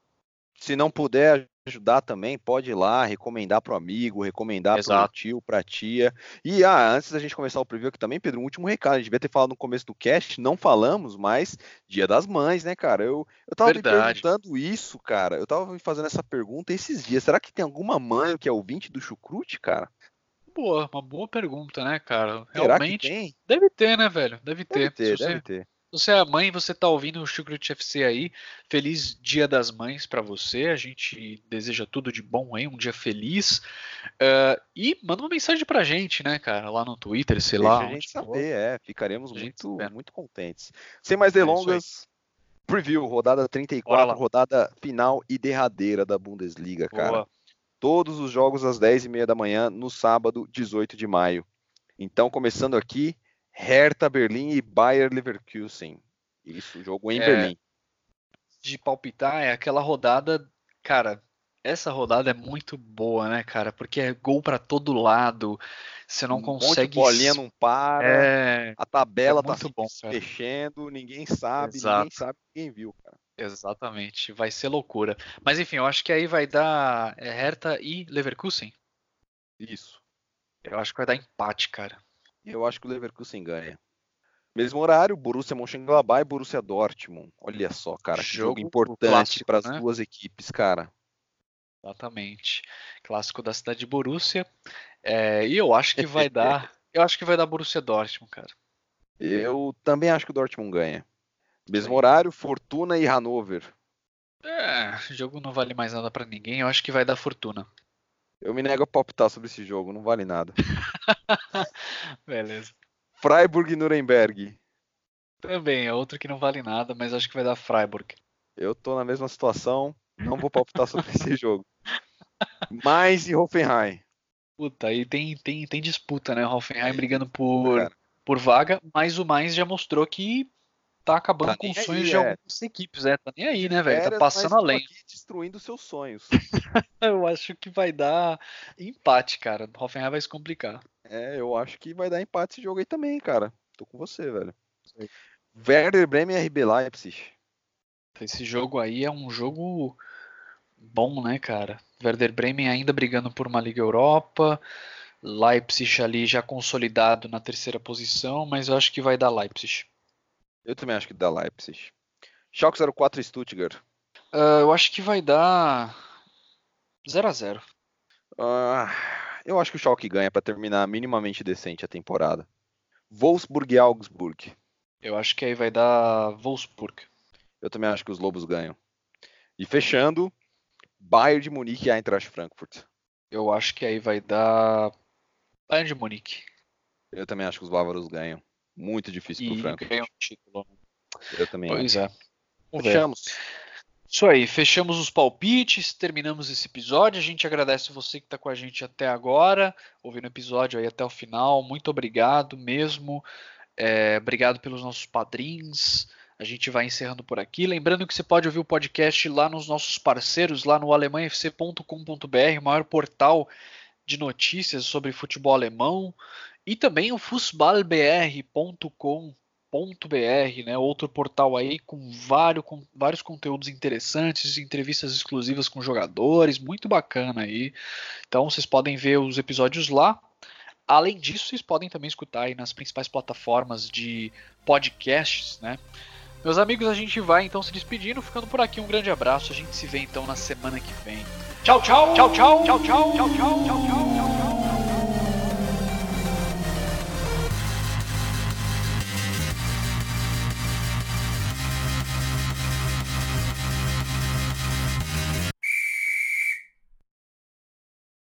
Se não puder ajudar também, pode ir lá, recomendar para o amigo, recomendar para o tio, para a tia. E ah, antes da gente começar o preview aqui também, Pedro, um último recado. A gente devia ter falado no começo do cast, não falamos, mas Dia das Mães, né, cara? Eu, eu tava Verdade. me perguntando isso, cara. Eu tava me fazendo essa pergunta esses dias. Será que tem alguma mãe que é ouvinte do Chucrute, cara? Boa, uma boa pergunta, né, cara? Será Realmente. que tem? Deve ter, né, velho? Deve ter. Deve ter, Se deve você... ter. Se você é mãe e você tá ouvindo o Chucrute F C aí, feliz Dia das Mães para você. A gente deseja tudo de bom aí, um dia feliz. Uh, e manda uma mensagem pra gente, né, cara, lá no Twitter, sei Deixa lá. a gente saber, for. é. Ficaremos muito, espera. muito contentes. Sem mais delongas, é preview, rodada trinta e quatro, rodada final e derradeira da Bundesliga, cara. Boa. Todos os jogos às dez e meia da manhã, no sábado, dezoito de maio. Então, começando aqui, Hertha Berlim e Bayer Leverkusen. Isso, jogo em é, Berlim. De palpitar, é aquela rodada, cara, essa rodada é muito boa, né, cara? Porque é gol pra todo lado, você não um consegue... Um monte de bolinha não para, é, a tabela é tá muito bom, se mexendo, ninguém sabe, Exato. ninguém sabe, ninguém viu, cara. Exatamente, vai ser loucura. Mas enfim, eu acho que aí vai dar é, Hertha e Leverkusen. Isso. Eu acho que vai dar empate, cara. Eu acho que o Leverkusen ganha. Mesmo horário, Borussia Mönchengladbach e Borussia Dortmund. Olha só, cara, que jogo, jogo importante para as né? duas equipes, cara. Exatamente. Clássico da cidade de Borussia. É, e eu acho que vai dar. Eu acho que vai dar Borussia Dortmund, cara. Eu também acho que o Dortmund ganha. Mesmo Sim. horário, Fortuna e Hannover. É, o jogo não vale mais nada para ninguém. Eu acho que vai dar Fortuna. Eu me nego a palpitar sobre esse jogo, não vale nada. Beleza. Freiburg e Nuremberg. Também, é outro que não vale nada, mas acho que vai dar Freiburg. Eu tô na mesma situação, não vou palpitar sobre esse jogo. Mainz e Hoffenheim. Puta, aí tem, tem, tem disputa, né? O Hoffenheim é, brigando por, por vaga, mas o Mainz já mostrou que tá acabando tá com os sonhos aí, de é. algumas equipes, né? Tá nem aí, né, velho? Tá passando além. Aqui destruindo seus sonhos. Eu acho que vai dar empate, cara. O Hoffenheim vai se complicar. É, eu acho que vai dar empate esse jogo aí também, cara. Tô com você, velho. Sim. Werder Bremen e R B Leipzig. Esse jogo aí é um jogo bom, né, cara? Werder Bremen ainda brigando por uma Liga Europa. Leipzig ali já consolidado na terceira posição, mas eu acho que vai dar Leipzig. Eu também acho que dá Leipzig. Schalke zero quatro e Stuttgart. Uh, eu acho que vai dar zero a zero. Uh, eu acho que o Schalke ganha para terminar minimamente decente a temporada. Wolfsburg e Augsburg. Eu acho que aí vai dar Wolfsburg. Eu também acho que os Lobos ganham. E fechando, Bayern de Munique e Eintracht Frankfurt. Eu acho que aí vai dar Bayern de Munique. Eu também acho que os bávaros ganham. Muito difícil pro Frankfurt. E ganham o título. Eu também pois acho. é. Fechamos. Isso aí, fechamos os palpites, terminamos esse episódio. A gente agradece você que está com a gente até agora, ouvindo o episódio aí até o final. Muito obrigado mesmo. É, obrigado pelos nossos padrinhos. A gente vai encerrando por aqui. Lembrando que você pode ouvir o podcast lá nos nossos parceiros, lá no alemanha f c ponto com ponto b r, o maior portal de notícias sobre futebol alemão. E também o fußball b r ponto com ponto b r, né? Outro portal aí com vários, com vários conteúdos interessantes, entrevistas exclusivas com jogadores, muito bacana aí. Então vocês podem ver os episódios lá. Além disso, vocês podem também escutar aí nas principais plataformas de podcasts, né? Meus amigos, a gente vai então se despedindo, ficando por aqui. Um grande abraço, a gente se vê então na semana que vem. Tchau, tchau, tchau, tchau, tchau, tchau, tchau, tchau, tchau.